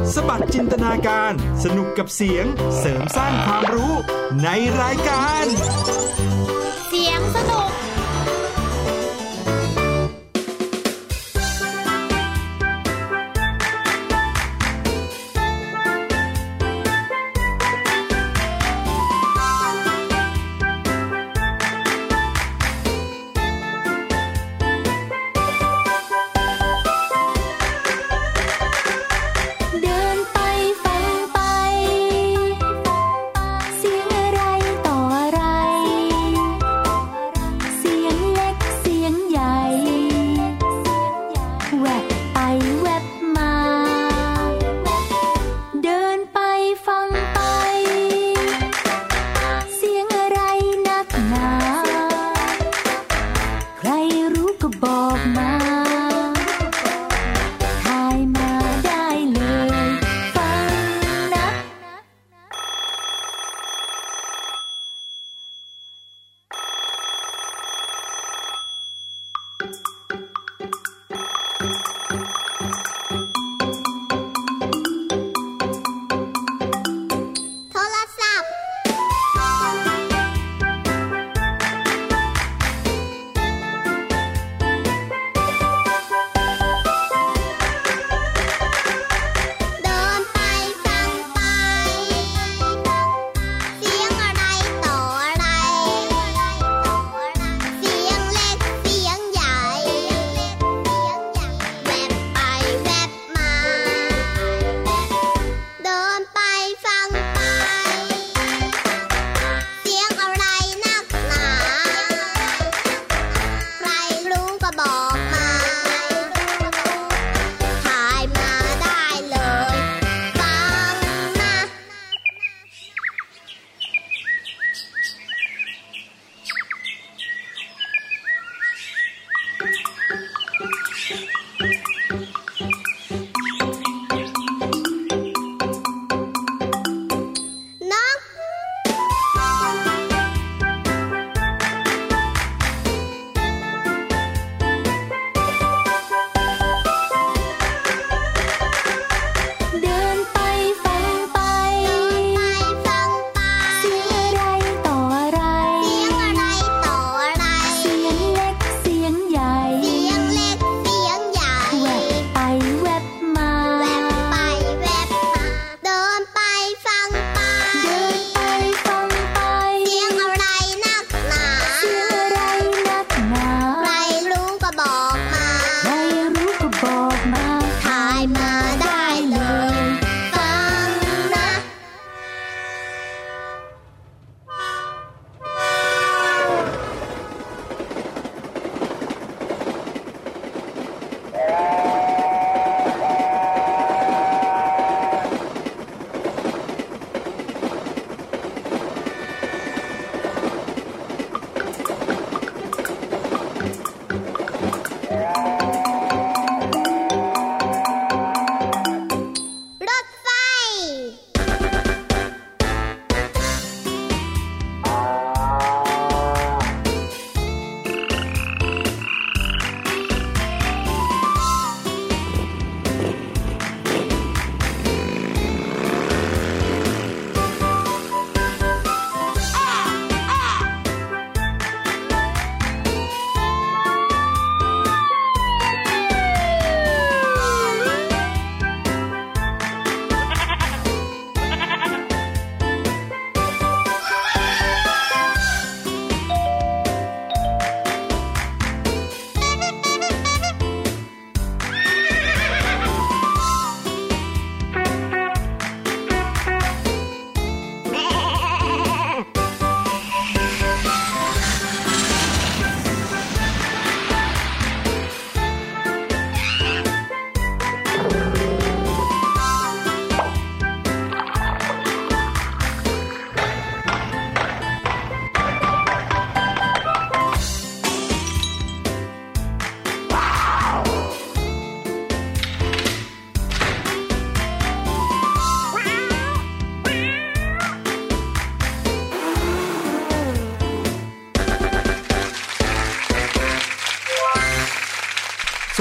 สบัดจินตนาการสนุกกับเสียงเสริมสร้างความรู้ในรายการเสียงสนุกเสียงอะไรต่ออะไร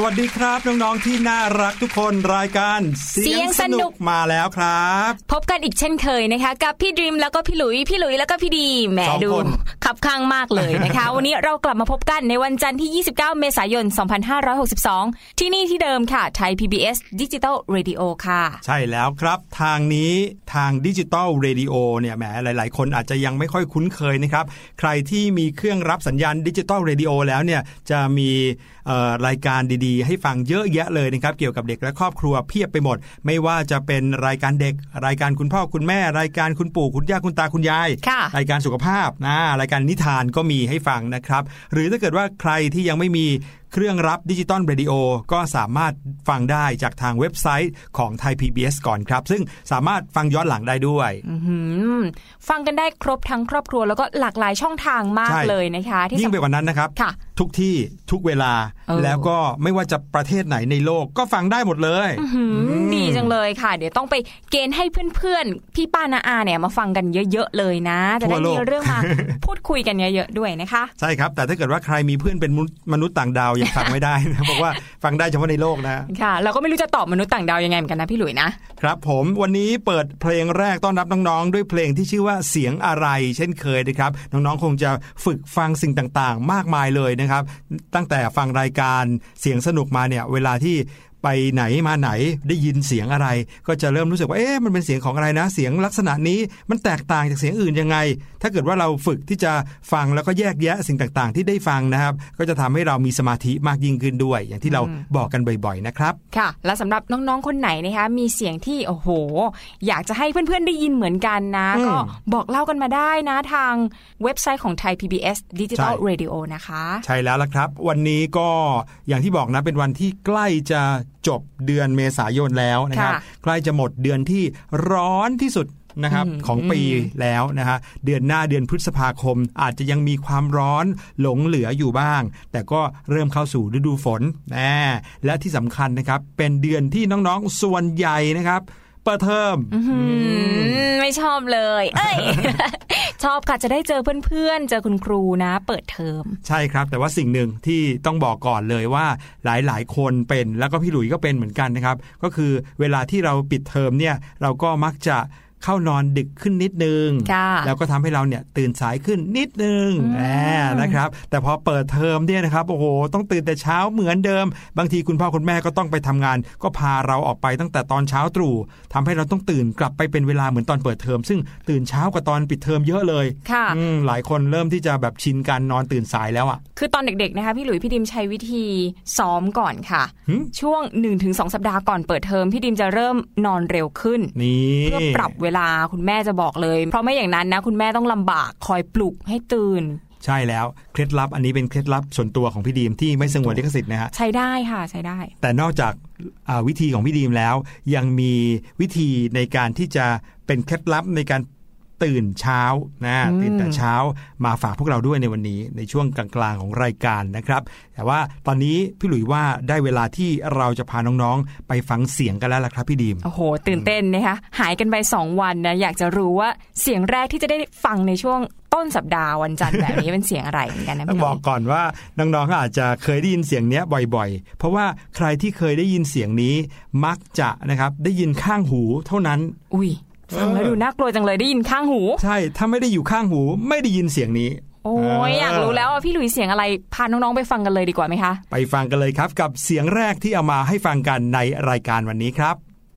วัสดีครับน้องๆที่น่ารักทุกคนรายการเสียงสนุกมาแล้วครับพบกันอีกเช่นเคยนะคะกับพี่ดรีมแล้วก็พี่หลุยแล้วก็พี่ดีแหมดูคับข้างมากเลยนะคะ วันนี้เรากลับมาพบกันในวันจันทร์ที่29เมษายน2562ที่นี่ที่เดิมค่ะไทย PBS Digital Radio ค่ะใช่แล้วครับทางนี้ทาง Digital Radio เนี่ยแหมหลายๆคนอาจจะยังไม่ค่อยคุ้นเคยนะครับใครที่มีเครื่องรับสัญญาณ Digital Radio แล้วเนี่ยจะมีรายการดีๆให้ฟังเยอะแยะเลยนะครับเกี่ยวกับเด็กและครอบครัวเพียบไปหมดไม่ว่าจะเป็นรายการเด็กรายการคุณพ่อคุณแม่รายการคุณปู่คุณย่าคุณตาคุณยายรายการสุขภาพรายการนิทานก็มีให้ฟังนะครับหรือถ้าเกิดว่าใครที่ยังไม่มีเครื่องรับดิจิตอลเรดิโอก็สามารถฟังได้จากทางเว็บไซต์ของไทย PBS ก่อนครับซึ่งสามารถฟังย้อนหลังได้ด้วยฟังกันได้ครบทั้งครอบครัวแล้วก็หลากหลายช่องทางมากเลยนะคะยิ่งไปกว่านั้นนะครับทุกที่ทุกเวลาแล้วก็ไม่ว่าจะประเทศไหนในโลกก็ฟังได้หมดเลยดีจังเลยค่ะเดี๋ยวต้องไปเกณฑ์ให้เพื่อนๆพี่ป้าน้าอาเนี่ยมาฟังกันเยอะๆเลยนะจะได้มีเรื่องมา พูดคุยกันเยอะๆด้วยนะคะใช่ครับแต่ถ้าเกิดว่าใครมีเพื่อนเป็นมนุษย์ต่างดาวยังฟังไม่ได้นะเพราะว่าฟังได้เฉพาะในโลกนะค่ะเราก็ไม่รู้จะตอบมนุษย์ต่างดาวยังไงเหมือนกันนะพี่หลุยนะครับผมวันนี้เปิดเพลงแรกต้อนรับน้องๆด้วยเพลงที่ชื่อว่าเสียงอะไรเช่นเคยนะครับน้องๆคงจะฝึกฟังสิ่งต่างๆมากมายเลยนะครับตั้งแต่ฟังรายการเสียงสนุกมาเนี่ยเวลาที่ไปไหนมาไหนได้ยินเสียงอะไรก็จะเริ่มรู้สึกว่ามันเป็นเสียงของอะไรนะเสียงลักษณะนี้มันแตกต่างจากเสียงอื่นยังไงถ้าเกิดว่าเราฝึกที่จะฟังแล้วก็แยกแยะสิ่งต่างๆที่ได้ฟังนะครับก็จะทำให้เรามีสมาธิมากยิ่งขึ้นด้วยอย่างที่เราบอกกันบ่อยๆนะครับค่ะและสำหรับน้องๆคนไหนนะคะมีเสียงที่โอ้โหอยากจะให้เพื่อนๆได้ยินเหมือนกันนะก็บอกเล่ากันมาได้นะทางเว็บไซต์ของ Thai PBS Digital Radio นะคะใช่แล้วล่ะครับวันนี้ก็อย่างที่บอกนะเป็นวันที่ใกล้จะจบเดือนเมษายนแล้วนะครับใกล้จะหมดเดือนที่ร้อนที่สุดนะครับของปีแล้วนะฮะเดือนหน้าเดือนพฤษภาคมอาจจะยังมีความร้อนหลงเหลืออยู่บ้างแต่ก็เริ่มเข้าสู่ฤดูฝนและที่สำคัญนะครับเป็นเดือนที่น้องๆส่วนใหญ่นะครับเปิดเทอมไม่ชอบเลยชอบค่ะจะได้เจอเพื่อนๆเจอคุณครูนะเปิดเทอมใช่ครับแต่ว่าสิ่งหนึ่งที่ต้องบอกก่อนเลยว่าหลายๆคนเป็นแล้วก็พี่หลุยส์ก็เป็นเหมือนกันนะครับก็คือเวลาที่เราปิดเทอมเนี่ยเราก็มักจะเข้านอนดึกขึ้นนิดนึงแล้วก็ทำให้เราเนี่ยตื่นสายขึ้นนิดนึงนะครับแต่พอเปิดเทอมเนี่ยนะครับโอ้โหต้องตื่นแต่เช้าเหมือนเดิมบางทีคุณพ่อคุณแม่ก็ต้องไปทำงานก็พาเราออกไปตั้งแต่ตอนเช้าตรู่ทำให้เราต้องตื่นกลับไปเป็นเวลาเหมือนตอนเปิดเทอมซึ่งตื่นเช้ากว่าตอนปิดเทอมเยอะเลยหลายคนเริ่มที่จะแบบชินการนอนตื่นสายแล้วอ่ะคือตอนเด็กๆนะคะพี่หลุยพี่ดิมใช้วิธีซ้อมก่อนค่ะช่วง 1-2 สัปดาห์ก่อนเปิดเทอมพี่ดิมจะเริ่มนอนเร็วขึ้นเพื่อปรับเวลาคุณแม่จะบอกเลยเพราะไม่อย่างนั้นนะคุณแม่ต้องลำบากคอยปลุกให้ตื่นใช่แล้วเคล็ดลับอันนี้เป็นเคล็ดลับส่วนตัวของพี่ดีมที่ไม่สงวนลิขสิทธิ์นะฮะใช้ได้ค่ะใช้ได้แต่นอกจากวิธีของพี่ดีมแล้วยังมีวิธีในการที่จะเป็นเคล็ดลับในการตื่นเช้านะตื่นแต่เช้ามาฝากพวกเราด้วยในวันนี้ในช่วงกลางๆของรายการนะครับแต่ว่าตอนนี้พี่หลุยว่าได้เวลาที่เราจะพาน้องๆไปฟังเสียงกันแล้วล่ะครับพี่ดีมโอ้โหตื่นเต้นนะคะหายกันไป2วันนะอยากจะรู้ว่าเสียงแรกที่จะได้ฟังในช่วงต้นสัปดาห์วันจันทร์แบบนี้เป็นเสียงอะไรเหมือนกันนะต้องบอกก่อนว่าน้องๆอาจจะเคยได้ยินเสียงนี้บ่อยๆเพราะว่าใครที่เคยได้ยินเสียงนี้มักจะนะครับได้ยินข้างหูเท่านั้นอุ้ยฟังแล้วดูน่ากลัวจังเลยได้ยินข้างหูใช่ถ้าไม่ได้อยู่ข้างหูไม่ได้ยินเสียงนี้โอ้ยอยากรู้แล้วพี่หลุยเสียงอะไรพาน้องๆไปฟังกันเลยดีกว่าไหมคะไปฟังกันเลยครับกับเสียงแรกที่เอามาให้ฟังกันในรายการวันนี้ครับ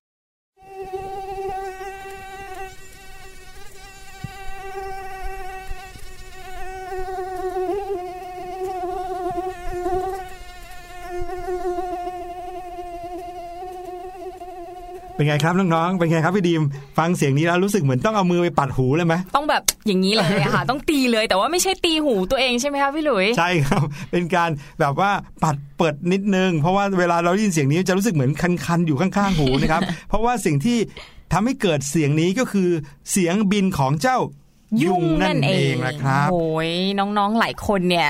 เป็นไงครับน้องๆเป็นไงครับพี่ดีมฟังเสียงนี้แล้วรู้สึกเหมือนต้องเอามือไปปัดหูเลยไหมต้องแบบอย่างนี้เลยค่ะต้องตีเลยแต่ว่าไม่ใช่ตีหูตัวเองใช่ไหมคะพี่หลุยใช่ครับเป็นการแบบว่าปัดเปิดนิดนึงเพราะว่าเวลาเราได้ยินเสียงนี้จะรู้สึกเหมือนคันๆอยู่ข้างๆหูนะครับ เพราะว่าสิ่งที่ทำให้เกิดเสียงนี้ก็คือเสียงบินของเจ้ายุงนั่นเองนะครับโอ้ยน้องๆหลายคนเนี่ย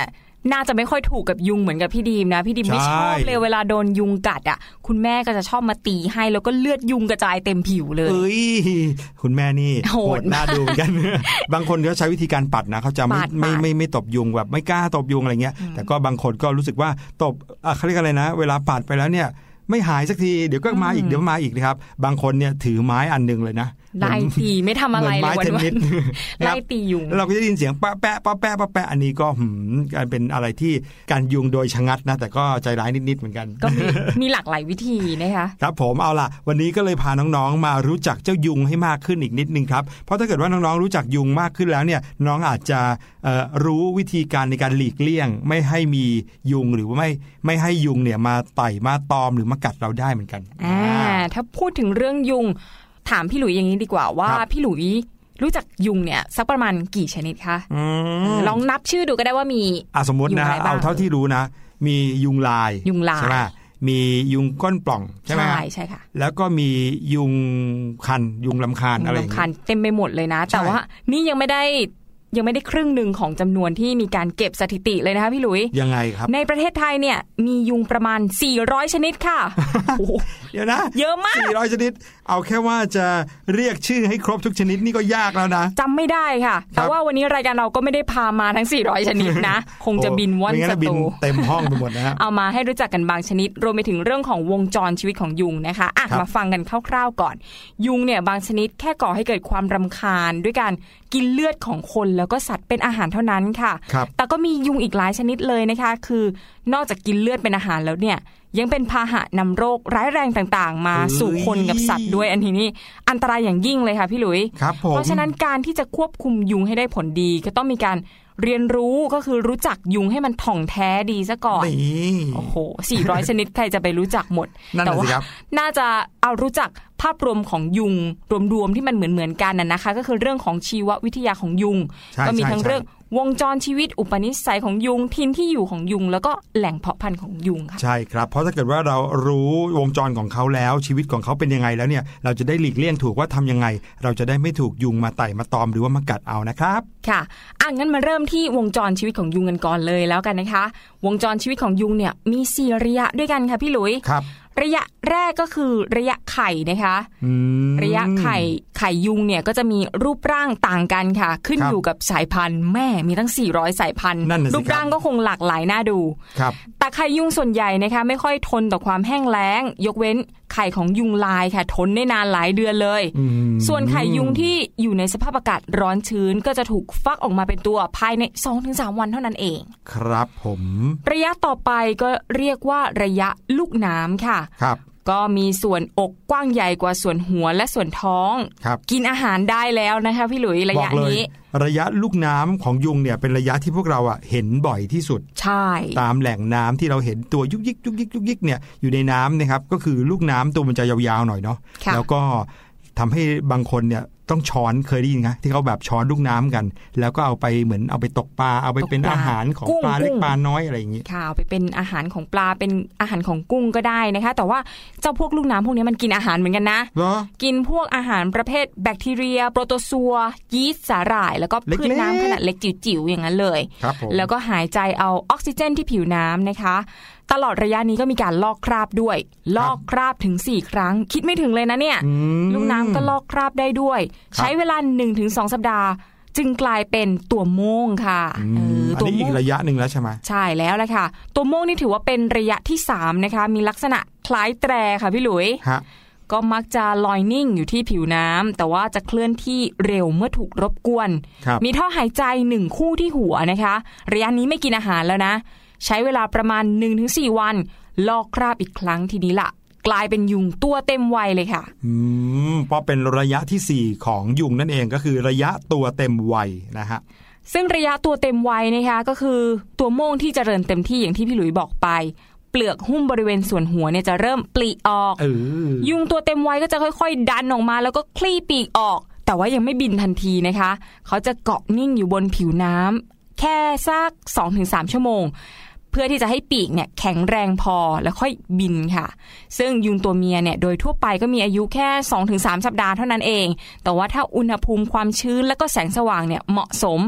น่าจะไม่ค่อยถูกกับยุงเหมือนกับพี่ดีมนะพี่ดีมไม่ชอบเลยเวลาโดนยุงกัดอ่ะคุณแม่ก็จะชอบมาตีให้แล้วก็เลือดยุงกระจายเต็มผิวเลยเอ้ยคุณแม่นี่โหดน่าดูกัน บางคนเขาใช้วิธีการปัดนะเขาจะไม่ตบยุงแบบไม่กล้าตบยุงอะไรเงี้ยแต่ก็บางคนก็รู้สึกว่าตบเขาเรียกอะไรนะเวลาปัดไปแล้วเนี่ยไม่หายสักทีเดี๋ยวก็มาอีกเดี๋ยวมาอีกนะครับบางคนเนี่ยถือไม้อันนึงเลยนะไล่ตีไม่ทำอะไรเลยวันๆไล่ตียุงเราก็จะได้ยินเสียงปะแปะปะแปะปะแปะอันนี้ก็การเป็นอะไรที่การยุงโดยชะงัดนะแต่ก็ใจร้ายนิดๆเหมือนกันก็มีหลากหลายวิธีนะคะครับผมเอาล่ะวันนี้ก็เลยพาน้องๆมารู้จักเจ้ายุงให้มากขึ้นอีกนิดนึงครับเพราะถ้าเกิดว่าน้องๆรู้จักยุงมากขึ้นแล้วเนี่ยน้องอาจจะรู้วิธีการในการหลีกเลี่ยงไม่ให้มียุงหรือว่าไม่ให้ยุงเนี่ยมาไต่มาตอมหรือมากัดเราได้เหมือนกันถ้าพูดถึงเรื่องยุงถามพี่หลุยอย่างนี้ดีกว่าว่าพี่หลุยรู้จักยุงเนี่ยสักประมาณกี่ชนิดคะลองนับชื่อดูก็ได้ว่ามีสมมตินะเอาเท่าที่รู้นะมียุงลายใช่ไหมมียุงก้นปล่องใช่ไหมใช่ค่ะแล้วก็มียุงคันยุงลำคาญอะไรอย่างเงี้ยเต็มไปหมดเลยนะแต่ว่านี่ยังไม่ได้ครึ่งหนึ่งของจำนวนที่มีการเก็บสถิติเลยนะคะพี่หลุยยังไงครับในประเทศไทยเนี่ยมียุงประมาณ400ชนิดค่ะเดี๋ยวนะเยอะมาก 400ชนิดเอาแค่ว่าจะเรียกชื่อให้ครบทุกชนิดนี่ก็ยากแล้วนะจำไม่ได้ค่ะแต่ว่าวันนี้รายการเราก็ไม่ได้พามาทั้ง400ชนิดนะคงจะบินว่อนศัตรูเต็มห้องไปหมดนะเอามาให้รู้จักกันบางชนิดรวมไปถึงเรื่องของวงจรชีวิตของยุงนะคะมาฟังกันคร่าวๆก่อนยุงเนี่ยบางชนิดแค่ก่อให้เกิดความรำคาญด้วยการกินเลือดของคนแล้วก็สัตว์เป็นอาหารเท่านั้นค่ะแต่ก็มียุงอีกหลายชนิดเลยนะคะคือนอกจากกินเลือดเป็นอาหารแล้วเนี่ยยังเป็นพาหะนำโรคร้ายแรงต่างๆมาสู่คนกับสัตว์ด้วยอันนี้อันตรายอย่างยิ่งเลยค่ะพี่หลุยเพราะฉะนั้นการที่จะควบคุมยุงให้ได้ผลดีก็ต้องมีการเรียนรู้ก็คือรู้จักยุงให้มันถ่องแท้ดีซะก่อนโอ้โห400ชนิดใครจะไปรู้จักหมดแต่ว่าน่าจะเอารู้จักภาพรวมของยุงรวมๆที่มันเหมือนกันนะคะก็คือเรื่องของชีววิทยาของยุงก็มีทั้งเรื่องวงจรชีวิตอุปนิสัยของยุงถิ่นที่อยู่ของยุงแล้วก็แหล่งเพาะพันธุ์ของยุงค่ะใช่ครับเพราะถ้าเกิดว่าเรารู้วงจรของเขาแล้วชีวิตของเขาเป็นยังไงแล้วเนี่ยเราจะได้หลีกเลี่ยงถูกว่าทำยังไงเราจะได้ไม่ถูกยุงมาไต่มาตอมหรือว่ามากัดเอานะครับค่ะงั้นมาเริ่มที่วงจรชีวิตของยุงกันก่อนเลยแล้วกันนะคะวงจรชีวิตของยุงเนี่ยมี4ระยะด้วยกันค่ะพี่หลุยครับระยะแรกก็คือระยะไข่นะคะระยะไข่ยุงเนี่ยก็จะมีรูปร่างต่างกันค่ะขึ้นอยู่กับสายพันธุ์แม่มีตั้ง400สายพันธุ์รูปร่างก็คงหลากหลายน่าดูแต่ไข่ยุงส่วนใหญ่นะคะไม่ค่อยทนต่อความแห้งแล้งยกเว้นไข่ของยุงลายค่ะทนได้นานหลายเดือนเลยส่วนไข่ยุงที่อยู่ในสภาพอากาศร้อนชื้นก็จะถูกฟักออกมาเป็นตัวภายใน 2-3 วันเท่านั้นเองครับผมระยะต่อไปก็เรียกว่าระยะลูกน้ำค่ะครับก็มีส่วนอกกว้างใหญ่กว่าส่วนหัวและส่วนท้องกินอาหารได้แล้วนะคะพี่หลุยระยะนี้ระยะลูกน้ำของยุงเนี่ยเป็นระยะที่พวกเราเห็นบ่อยที่สุดใช่ตามแหล่งน้ำที่เราเห็นตัวยุกยิกยุกยิกยุกยิกเนี่ยอยู่ในน้ำนะครับก็คือลูกน้ำตัวมันจะยาวๆหน่อยเนาะแล้วก็ทำให้บางคนเนี่ยต้องช้อนเคยได้ยินไหมที่เขาแบบช้อนลูกน้ำกันแล้วก็เอาไปเหมือนเอาไปตกปลาเอาไปเป็นอาหารของปลาเล็กปลาน้อยอะไรอย่างนี้ค่ะเอาไปเป็นอาหารของปลาเป็นอาหารของกุ้งก็ได้นะคะแต่ว่าเจ้าพวกลูกน้ำพวกนี้มันกินอาหารเหมือนกันนะกินพวกอาหารประเภทแบคทีเรียโปรโตซัวยีสต์สาหร่ายแล้วก็พืชน้ำขนาดเล็กจิ๋วๆอย่างนั้นเลยแล้วก็หายใจเอาออกซิเจนที่ผิวน้ำนะคะตลอดระยะนี้ก็มีการลอกคราบด้วยลอกคราบถึง4ครั้งคิดไม่ถึงเลยนะเนี่ยลูกน้ำก็ลอกคราบได้ด้วยใช้เวลา 1-2 สัปดาห์จึงกลายเป็นตัวโม่งค่ะตัวโม่งอีกระยะหนึ่งแล้วใช่ไหมใช่แล้วแหละค่ะตัวโม่งนี่ถือว่าเป็นระยะที่3นะคะมีลักษณะคล้ายแตรค่ะพี่หลุยก็มักจะลอยนิ่งอยู่ที่ผิวน้ำแต่ว่าจะเคลื่อนที่เร็วเมื่อถูกรบกวนมีท่อหายใจ1คู่ที่หัวนะคะระยะนี้ไม่กินอาหารแล้วนะใช้เวลาประมาณ 1-4 วันลอกคราบอีกครั้งทีนี้ล่ะกลายเป็นยุงตัวเต็มวัยเลยค่ะเพราะเป็นระยะที่4ของยุงนั่นเองก็คือระยะตัวเต็มวัยนะฮะซึ่งระยะตัวเต็มวัยนะคะก็คือตัวโม่งที่เจริญเต็มที่อย่างที่พี่หลุยบอกไปเปลือกหุ้มบริเวณส่วนหัวเนี่ยจะเริ่มปลิออกยุงตัวเต็มวัยก็จะค่อยๆดันออกมาแล้วก็คลี่ปีกออกแต่ว่ายังไม่บินทันทีนะคะเขาจะเกาะนิ่งอยู่บนผิวน้ำแค่สัก 2-3 ชั่วโมงเพื่อที่จะให้ปีกเนี่ยแข็งแรงพอแล้วค่อยบินค่ะซึ่งยุงตัวเมียเนี่ยโดยทั่วไปก็มีอายุแค่ 2-3 สัปดาห์เท่านั้นเองแต่ว่าถ้าอุณหภูมิความชื้นและก็แสงสว่างเนี่ยเหมาะสม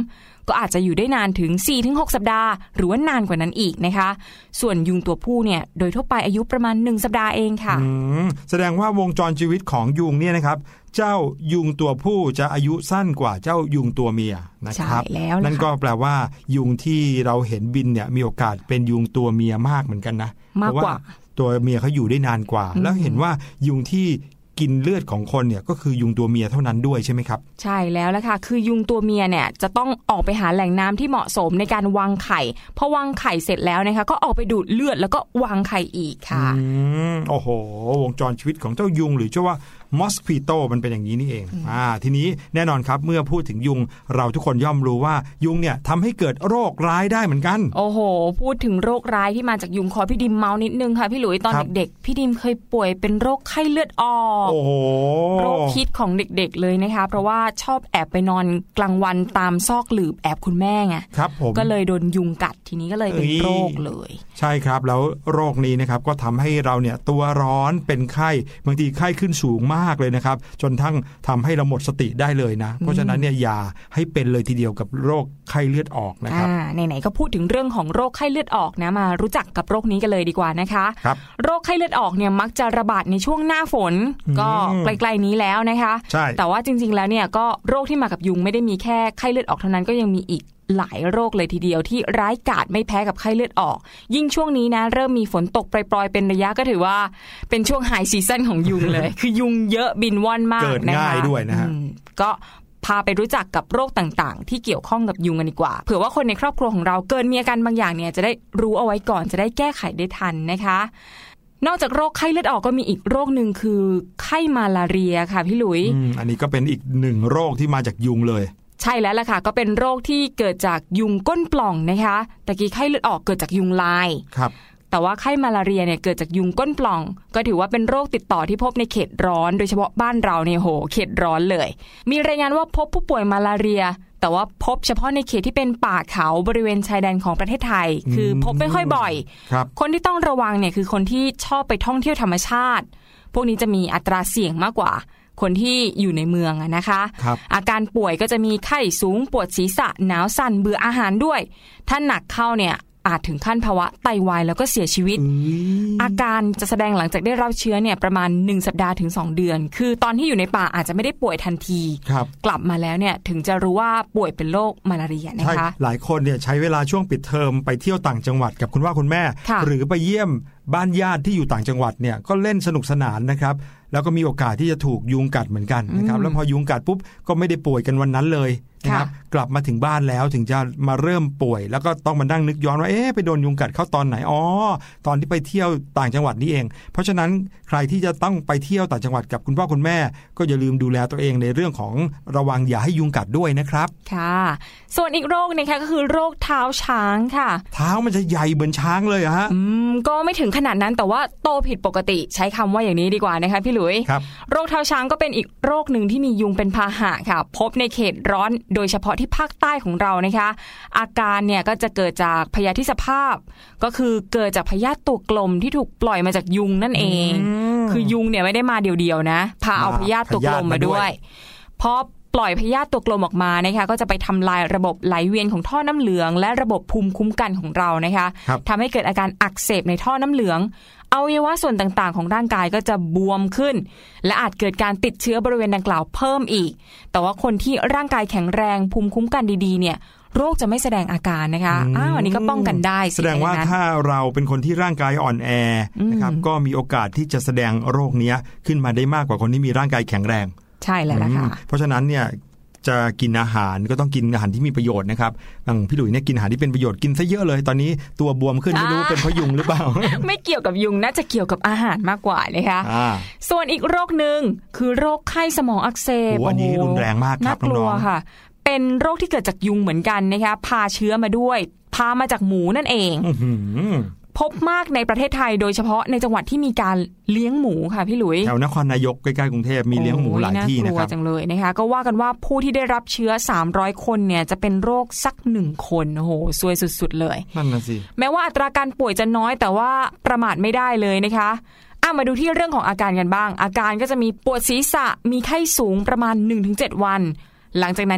ก็อาจจะอยู่ได้นานถึง 4-6 สัปดาห์หรือว่านานกว่านั้นอีกนะคะส่วนยุงตัวผู้เนี่ยโดยทั่วไปอายุประมาณ1 สัปดาห์เองค่ะแสดงว่าวงจรชีวิตของยุงเนี่ยนะครับเจ้ายุงตัวผู้จะอายุสั้นกว่าเจ้ายุงตัวเมียนะครับนั่นก็แปลว่ายุงที่เราเห็นบินเนี่ยมีโอกาสเป็นยุงตัวเมียมากเหมือนกันนะมากกว่าตัวเมียเขาอยู่ได้นานกว่าแล้วเห็นว่ายุงที่กินเลือดของคนเนี่ยก็คือยุงตัวเมียเท่านั้นด้วยใช่ไหมครับใช่แล้วละค่ะคือยุงตัวเมียเนี่ยจะต้องออกไปหาแหล่งน้ำที่เหมาะสมในการวางไข่พอวางไข่เสร็จแล้วนะคะก็ออกไปดูดเลือดแล้วก็วางไข่อีกค่ะโอ้โหวงจรชีวิตของเจ้ายุงหรือเจ้าว่ามอสคีโตมันเป็นอย่างนี้นี่เองทีนี้แน่นอนครับเมื่อพูดถึงยุงเราทุกคนย่อมรู้ว่ายุงเนี่ยทำให้เกิดโรคร้ายได้เหมือนกันโอ้โหพูดถึงโรคร้ายที่มาจากยุงขอพี่ดิมเมานิดนึงค่ะพี่หลุยตอนเด็กๆพี่ดิมเคยป่วยเป็นโรคไข้เลือดออกโอ้โหโรคฮิตของเด็กๆเลยนะคะเพราะว่าชอบแอบไปนอนกลางวันตามซอกหลืบแอบคุณแม่ไงครับผมก็เลยโดนยุงกัดทีนี้ก็เลยเป็นโรคเลยใช่ครับแล้วโรคนี้นะครับก็ทำให้เราเนี่ยตัวร้อนเป็นไข้บางทีไข้ขึ้นสูงมากเลยนะครับจนทั้งทำให้เราหมดสติได้เลยนะเพราะฉะนั้นเนี่ยอย่าให้เป็นเลยทีเดียวกับโรคไข้เลือดออกนะครับไหนๆก็พูดถึงเรื่องของโรคไข้เลือดออกนะมารู้จักกับโรคนี้กันเลยดีกว่านะคะโรคไข้เลือดออกเนี่ยมักจะระบาดในช่วงหน้าฝนก็ใกล้ๆนี้แล้วนะคะแต่ว่าจริงๆแล้วเนี่ยก็โรคที่มากับยุงไม่ได้มีแค่ไข้เลือดออกเท่านั้นก็ยังมีอีกหลายโรคเลยทีเดียวที่ร้ายกาจไม่แพ้กับไข้เลือดออกยิ่งช่วงนี้นะเริ่มมีฝนตกปล่อยๆเป็นระยะก็ถือว่าเป็นช่วงไฮซีซั่นของยุงเลย คือยุงเยอะบินว่อนมากนะคะเกิดง่ายด้วยนะฮะก็พาไปรู้จักกับโรคต่างๆที่เกี่ยวข้องกับยุงกันดีกว่าเผื่อว่าคนในครอบครัวของเราเกิดมีอาการบางอย่างเนี่ยจะได้รู้เอาไว้ก่อนจะได้แก้ไขได้ทันนะคะนอกจากโรคไข้เลือดออกก็มีอีกโรคนึงคือไข้มาลาเรียค่ะพี่หลุยอันนี้ก็เป็นอีกหนึ่งโรคที่มาจากยุงเลยใช่แล้วล่ะค่ะก็เป็นโรคที่เกิดจากยุงก้นปล่องนะคะตะกี้ไข้เลือดออกเกิดจากยุงลายครับแต่ว่าไข้มาลาเรียเนี่ยเกิดจากยุงก้นปล่องก็ถือว่าเป็นโรคติดต่อที่พบในเขตร้อนโดยเฉพาะบ้านเราเนี่ยโหเขตร้อนเลยมีรายงานว่าพบผู้ป่วยมาลาเรียแต่ว่าพบเฉพาะในเขตที่เป็นป่าเขาบริเวณชายแดนของประเทศไทยคือพบไม่ค่อยบ่อยคนที่ต้องระวังเนี่ยคือคนที่ชอบไปท่องเที่ยวธรรมชาติพวกนี้จะมีอัตราเสี่ยงมากกว่าคนที่อยู่ในเมืองนะคะอาการป่วยก็จะมีไข้สูงปวดศีรษะหนาวสั่นเบื่ออาหารด้วยถ้าหนักเข้าเนี่ยอาจถึงขั้นภาวะไตวายแล้วก็เสียชีวิตอาการจะแสดงหลังจากได้รับเชื้อเนี่ยประมาณ1 สัปดาห์ถึง2 เดือนคือตอนที่อยู่ในป่าอาจจะไม่ได้ป่วยทันทีกลับมาแล้วเนี่ยถึงจะรู้ว่าป่วยเป็นโรคมาลาเรียนะคะหลายคนเนี่ยใช้เวลาช่วงปิดเทอมไปเที่ยวต่างจังหวัดกับคุณพ่อคุณแม่หรือไปเยี่ยมบ้านญาติที่อยู่ต่างจังหวัดเนี่ยก็เล่นสนุกสนานนะครับแล้วก็มีโอกาสที่จะถูกยุงกัดเหมือนกันนะครับแล้วพอยุงกัดปุ๊บก็ไม่ได้ป่วยกันวันนั้นเลยนะครับกลับมาถึงบ้านแล้วถึงจะมาเริ่มป่วยแล้วก็ต้องมานั่งนึกย้อนว่าไปโดนยุงกัดเข้าตอนไหนตอนที่ไปเที่ยวต่างจังหวัดนี่เองเพราะฉะนั้นใครที่จะต้องไปเที่ยวต่างจังหวัดกับคุณพ่อคุณแม่ก็อย่าลืมดูแลตัวเองในเรื่องของระวังอย่าให้ยุงกัดด้วยนะครับค่ะส่วนอีกโรคนึงค่ะก็คือโรคเท้าช้างค่ะเท้ามันจะใหญ่เหมือนช้างเลยฮะก็ไม่ถึงขนาดนั้นแต่ว่าโตผิดปกติใช้คำว่าอย่างนี้ดีกว่านะคะพี่หลุยโรคเท้าช้างก็เป็นอีกโรคหนึ่งที่มียุงเป็นพาหะค่ะพบในเขตร้อนโดยเฉพาะที่ภาคใต้ของเรานะคะอาการเนี่ยก็จะเกิดจากพยาธิสภาพก็คือเกิดจากพยาธิตัวกลมที่ถูกปล่อยมาจากยุงนั่นเองคือยุงเนี่ยไม่ได้มาเดียวๆนะพาเอาพยาธิตัวกลมมาด้วยพอปล่อยพยาธิตัวกลมออกมานะคะก็จะไปทำลายระบบไหลเวียนของท่อน้ำเหลืองและระบบภูมิคุ้มกันของเรานะคะทำให้เกิดอาการอักเสบในท่อน้ำเหลืองอวัยวะส่วนต่างๆของร่างกายก็จะบวมขึ้นและอาจเกิดการติดเชื้อบริเวณดังกล่าวเพิ่มอีกแต่ว่าคนที่ร่างกายแข็งแรงภูมิคุ้มกันดีๆเนี่ยโรคจะไม่แสดงอาการนะคะอันนี้ก็ป้องกันได้แสดงว่าถ้าเราเป็นคนที่ร่างกายอ่อนแอนะครับก็มีโอกาสที่จะแสดงโรคนี้ขึ้นมาได้มากกว่าคนที่มีร่างกายแข็งแรงใช่แล้วนะคะเพราะฉะนั้นเนี่ยจะกินอาหารก็ต้องกินอาหารที่มีประโยชน์นะครับอย่างพี่หลุยเนี่ยกินอาหารที่เป็นประโยชน์กินซะเยอะเลยตอนนี้ตัวบวมขึ้นไม่รู้เป็นเพราะยุงหรือเปล่าไม่เกี่ยวกับยุงน่าจะเกี่ยวกับอาหารมากกว่านะคะส่วนอีกโรคนึงคือโรคไข้สมองอักเสบอันนี้รุนแรงมากครับน้องๆค่ะเป็นโรคที่เกิดจากยุงเหมือนกันนะคะพาเชื้อมาด้วยพามาจากหมูนั่นเองพบมากในประเทศไทยโดยเฉพาะในจังหวัดที่มีการเลี้ยงหมูค่ะพี่หลุยแถวนครนายกใกล้ๆกรุงเทพมีเลี้ยงหมูหลายที่นะครับน่ากลัวจังเลยนะคะก็ว่ากันว่าผู้ที่ได้รับเชื้อ300คนเนี่ยจะเป็นโรคสัก1คนโอ้โหซวยสุดๆเลยนั่นน่ะสิแม้ว่าอัตราการป่วยจะน้อยแต่ว่าประมาทไม่ได้เลยนะคะมาดูที่เรื่องของอาการกันบ้างอาการก็จะมีปวดศีรษะมีไข้สูงประมาณ 1-7 วันหลังจากนั้นเนี่ย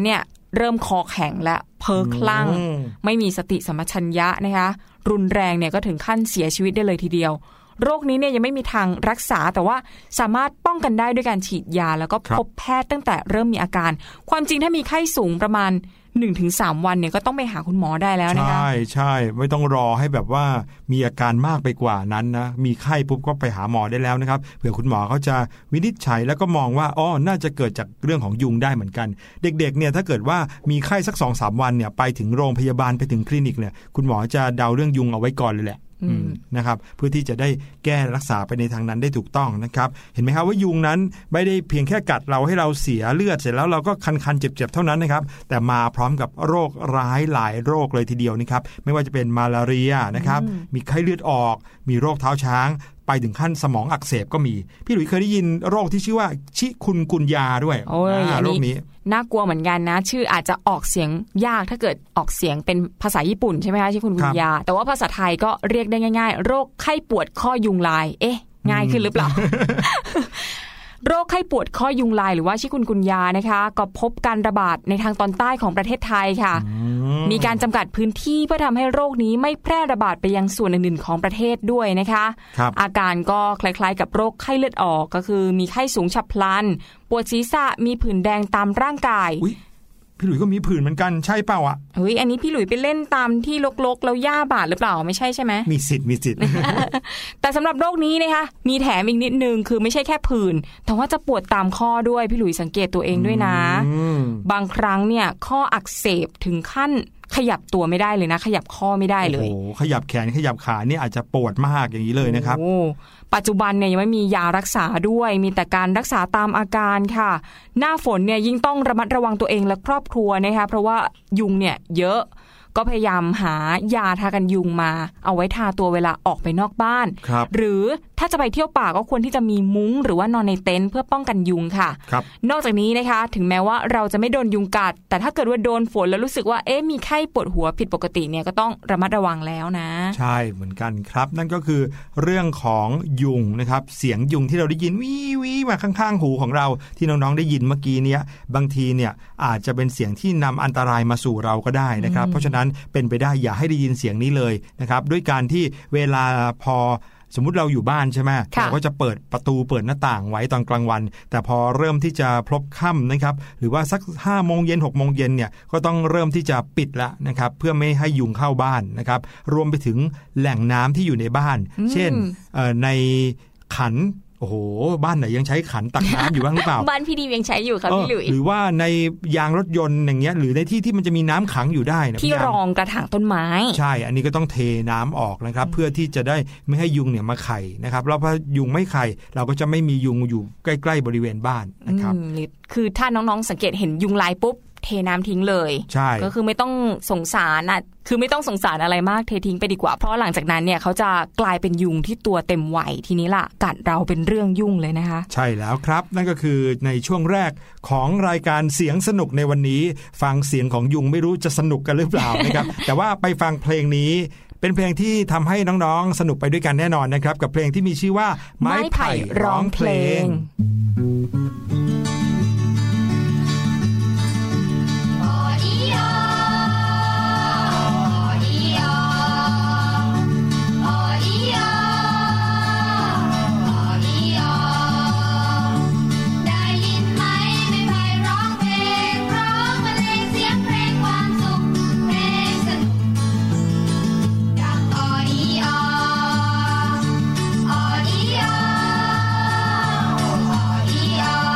เริ่มคอแข็งและเพ้อคลั่งไม่มีสติสัมปชัญญะนะคะรุนแรงเนี่ยก็ถึงขั้นเสียชีวิตได้เลยทีเดียวโรคนี้เนี่ยยังไม่มีทางรักษาแต่ว่าสามารถป้องกันได้ด้วยการฉีดยาแล้วก็พบแพทย์ตั้งแต่เริ่มมีอาการความจริงถ้ามีไข้สูงประมาณ 1-3 วันเนี่ยก็ต้องไปหาคุณหมอได้แล้วนะคะใช่ไม่ต้องรอให้แบบว่ามีอาการมากไปกว่านั้นนะมีไข้ปุ๊บก็ไปหาหมอได้แล้วนะครับเผื่อคุณหมอเขาจะวินิจฉัยแล้วก็มองว่าน่าจะเกิดจากเรื่องของยุงได้เหมือนกันเด็กๆเนี่ยถ้าเกิดว่ามีไข้สัก 2-3 วันเนี่ยไปถึงโรงพยาบาลไปถึงคลินิกเนี่ยคุณหมอจะเดาเรื่องยุงเอาไว้ก่อนเลยแหละนะครับเพื่อที่จะได้แก้รักษาไปในทางนั้นได้ถูกต้องนะครับเห็นไหมครับว่ายุงนั้นไม่ได้เพียงแค่กัดเราให้เราเสียเลือดเสร็จแล้วเราก็คันๆเจ็บๆเท่านั้นนะครับแต่มาพร้อมกับโรคร้ายหลายโรคเลยทีเดียวนะครับไม่ว่าจะเป็นมาลาเรียนะครับมีไข้เลือดออกมีโรคเท้าช้างไปถึงขั้นสมองอักเสบก็มีพี่หลุยเคยได้ยินโรคที่ชื่อว่าชิคุนกุนยาด้วยโรคนี้น่ากลัวเหมือนกันนะชื่ออาจจะออกเสียงยากถ้าเกิดออกเสียงเป็นภาษาญี่ปุ่นใช่ไหมคะชิคุนกุนยาแต่ว่าภาษาไทยก็เรียกได้ง่ายๆโรคไข้ปวดข้อยุงลายง่ายขึ้นหรือเปล่า โรคไข้ปวดข้อยุงลายหรือว่าชิคุนกุนยานะคะก็พบการระบาดในทางตอนใต้ของประเทศไทยค่ะมีการจำกัดพื้นที่เพื่อทำให้โรคนี้ไม่แพร่ระบาดไปยังส่วนอื่นๆของประเทศด้วยนะคะอาการก็คล้ายๆกับโรคไข้เลือดออกก็คือมีไข้สูงฉับพลันปวดศีรษะมีผื่นแดงตามร่างกายพี่หลุยก็มีผื่นเหมือนกันใช่เปล่าอ่ะอันนี้พี่หลุยไปเล่นตามที่รกๆแล้วหญ้าบาดหรือเปล่าไม่ใช่ใช่ไหมมีสิทธิ์แต่สำหรับโรคนี้นะคะมีแถมอีกนิดนึงคือไม่ใช่แค่ผื่นแต่ว่าจะปวดตามข้อด้วยพี่หลุยสังเกตตัวเองด้วยนะบางครั้งเนี่ยข้ออักเสบถึงขั้นขยับตัวไม่ได้เลยนะขยับข้อไม่ได้เลยขยับแขนขยับขานี่อาจจะปวดมากอย่างนี้เลยนะครับปัจจุบันเนี่ยยังไม่มียารักษาด้วยมีแต่การรักษาตามอาการค่ะหน้าฝนเนี่ยยิ่งต้องระมัดระวังตัวเองและครอบครัวนะคะเพราะว่ายุงเนี่ยเยอะก็พยายามหายาทากันยุงมาเอาไว้ทาตัวเวลาออกไปนอกบ้านหรือถ้าจะไปเที่ยวป่าก็ควรที่จะมีมุ้งหรือว่านอนในเต็นท์เพื่อป้องกันยุงค่ะนอกจากนี้นะคะถึงแม้ว่าเราจะไม่โดนยุงกัดแต่ถ้าเกิดว่าโดนฝนแล้วรู้สึกว่ามีไข้ปวดหัวผิดปกติเนี่ยก็ต้องระมัดระวังแล้วนะใช่เหมือนกันครับนั่นก็คือเรื่องของยุงนะครับเสียงยุงที่เราได้ยินวิมาข้างๆหูของเราที่น้องๆได้ยินเมื่อกี้นี้บางทีเนี่ยอาจจะเป็นเสียงที่นำอันตรายมาสู่เราก็ได้นะครับเพราะฉะนั้นเป็นไปได้อย่าให้ได้ยินเสียงนี้เลยนะครับด้วยการที่เวลาพอสมมุติเราอยู่บ้านใช่ไหมเราก็จะเปิดประตูเปิดหน้าต่างไว้ตอนกลางวันแต่พอเริ่มที่จะพลบค่ำนะครับหรือว่าสัก 5:00 น 6:00 นเนี่ยก็ต้องเริ่มที่จะปิดแล้วนะครับเพื่อไม่ให้ยุงเข้าบ้านนะครับรวมไปถึงแหล่งน้ำที่อยู่ในบ้านเช่นในขันโอ้โหบ้านไหนยังใช้ขันตักน้ำอยู่บ้างหรือเปล่าบ้านพี่ดียังใช้อยู่ครับพี่หลุยหรือว่าในยางรถยนต์อย่างเงี้ยหรือในที่มันจะมีน้ำขังอยู่ได้นะที่รองกระถางต้นไม้ใช่อันนี้ก็ต้องเทน้ำออกนะครับเพื่อที่จะได้ไม่ให้ยุงเนี่ยมาไข่นะครับแล้วพอยุงไม่ไข่เราก็จะไม่มียุงอยู่ใกล้ๆบริเวณบ้านนะครับคือถ้าน้องๆสังเกตเห็นยุงลายปุ๊บเทน้ำทิ้งเลยใช่ก็คือไม่ต้องสงสารนะคือไม่ต้องสงสารอะไรมากเททิ้งไปดีกว่าเพราะหลังจากนั้นเนี่ยเขาจะกลายเป็นยุงที่ตัวเต็มวัยทีนี้ล่ะกัดเราเป็นเรื่องยุ่งเลยนะคะใช่แล้วครับนั่นก็คือในช่วงแรกของรายการเสียงสนุกในวันนี้ฟังเสียงของยุงไม่รู้จะสนุกกันหรือเปล่านะครับ แต่ว่าไปฟังเพลงนี้เป็นเพลงที่ทำให้น้องๆสนุกไปด้วยกันแน่นอนนะครับกับเพลงที่มีชื่อว่าไม้ไผ่ร้องเพลง Oh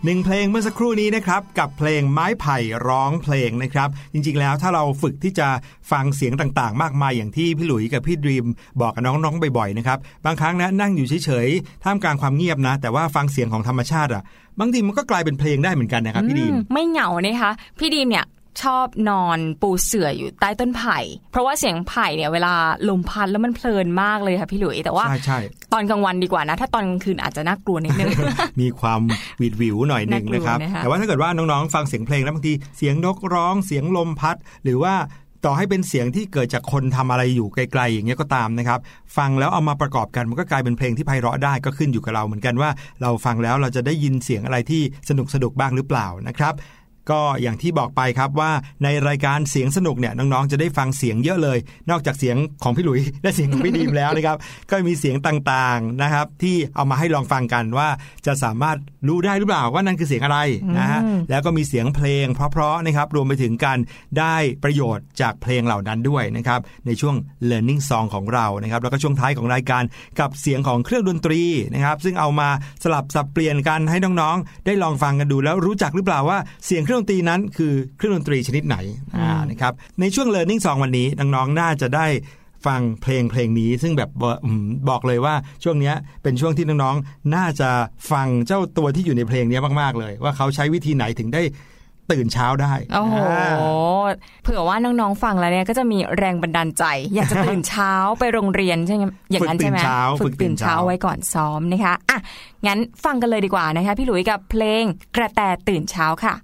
1เพลงเมื่อสักครู่นี้นะครับกับเพลงไม้ไผ่ร้องเพลงนะครับจริงๆแล้วถ้าเราฝึกที่จะฟังเสียงต่างๆมากมายอย่างที่พี่หลุยกับพี่ดรีมบอกกับน้องๆบ่อยๆนะครับบางครั้งนะนั่งอยู่เฉยๆท่ามกลางความเงียบนะแต่ว่าฟังเสียงของธรรมชาติอ่ะบางทีมันก็กลายเป็นเพลงได้เหมือนกันนะครับพี่ดรีมไม่เหงานะคะพี่ดรีมเนี่ยชอบนอนปูเสื่ออยู่ใต้ต้นไผ่เพราะว่าเสียงไผ่เนี่ยเวลาลมพัดแล้วมันเพลินมากเลยค่ะพี่หลุยแต่ว่าใช่ตอนกลางวันดีกว่านะถ้าตอนกลางคืนอาจจะน่ากลัวนิดนึงมีความวิดวิวหน่อยนึงนะครับแต่ว่าถ้าเกิดว่าน้องๆฟังเสียงเพลงแล้วบางทีเสียงนกร้องเสียงลมพัดหรือว่าต่อให้เป็นเสียงที่เกิดจากคนทำอะไรอยู่ไกลๆอย่างเงี้ยก็ตามนะครับฟังแล้วเอามาประกอบกันมันก็กลายเป็นเพลงที่ไพเราะได้ก็ขึ้นอยู่กับเราเหมือนกันว่าเราฟังแล้วเราจะได้ยินเสียงอะไรที่สนุกบ้างหรือเปล่านะครับก็อย่างที่บอกไปครับว่าในรายการเสียงสนุกเนี่ยน้องๆจะได้ฟังเสียงเยอะเลยนอกจากเสียงของพี่หลุยและเสียงของพี่ดีมแล้วนะครับก็มีเสียงต่างๆนะครับที่เอามาให้ลองฟังกันว่าจะสามารถรู้ได้หรือเปล่าว่านั่นคือเสียงอะไรนะฮะแล้วก็มีเสียงเพลงเพราะๆนะครับรวมไปถึงการได้ประโยชน์จากเพลงเหล่านั้นด้วยนะครับในช่วง Learning Song ของเรานะครับแล้วก็ช่วงท้ายของรายการกับเสียงของเครื่องดนตรีนะครับซึ่งเอามาสลับสับเปลี่ยนกันให้น้องๆได้ลองฟังกันดูแล้วรู้จักหรือเปล่าว่าเสียงเครื่องดนตรีนั้นคือเครื่องดนตรีชนิดไหนนะครับในช่วง Learning Song วันนี้น้องๆน่าจะได้ฟังเพลงนี้ซึ่งแบบบอกเลยว่าช่วงนี้เป็นช่วงที่น้องๆน่าจะฟังเจ้าตัวที่อยู่ในเพลงนี้มากๆเลยว่าเขาใช้วิธีไหนถึงได้ตื่นเช้าได้โอ้โหเผื่อว่าน้องๆฟังแล้วเนี่ยก็จะมีแรงบันดาลใจอยากจะตื่นเช้าไปโรงเรียนใช่ไหมอย่างนั้นใช่ไหมฝึกตื่นเช้าไว้ก่อนซ้อมนะคะอ่ะงั้นฟังกันเลยดีกว่านะคะพี่หลุยกับเพลงกระแตตื่นเช้าค่ะ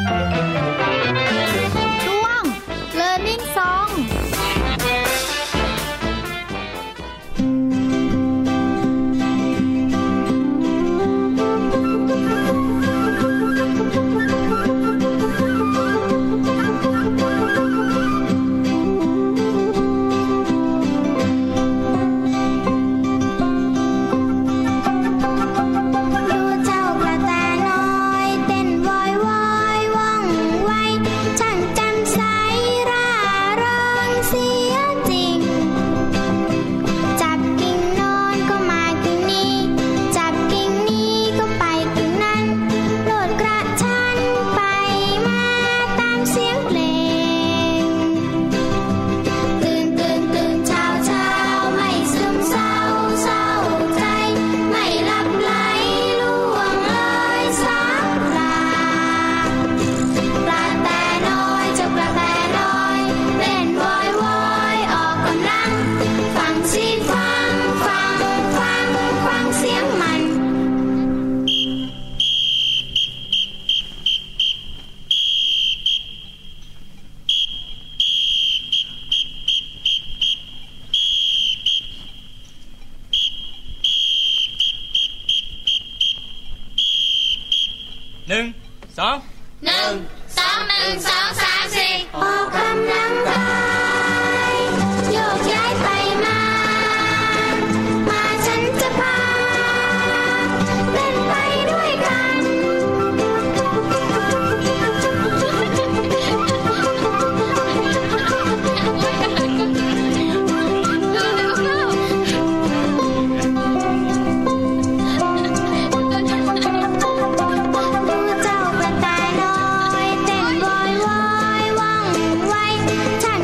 ช่วง Learning Song 1 2 1 2 1 2 3 4ออกกำลังกายโยกย้ายไปมาฉันจะพาเล่นไปด้วยกันฉัน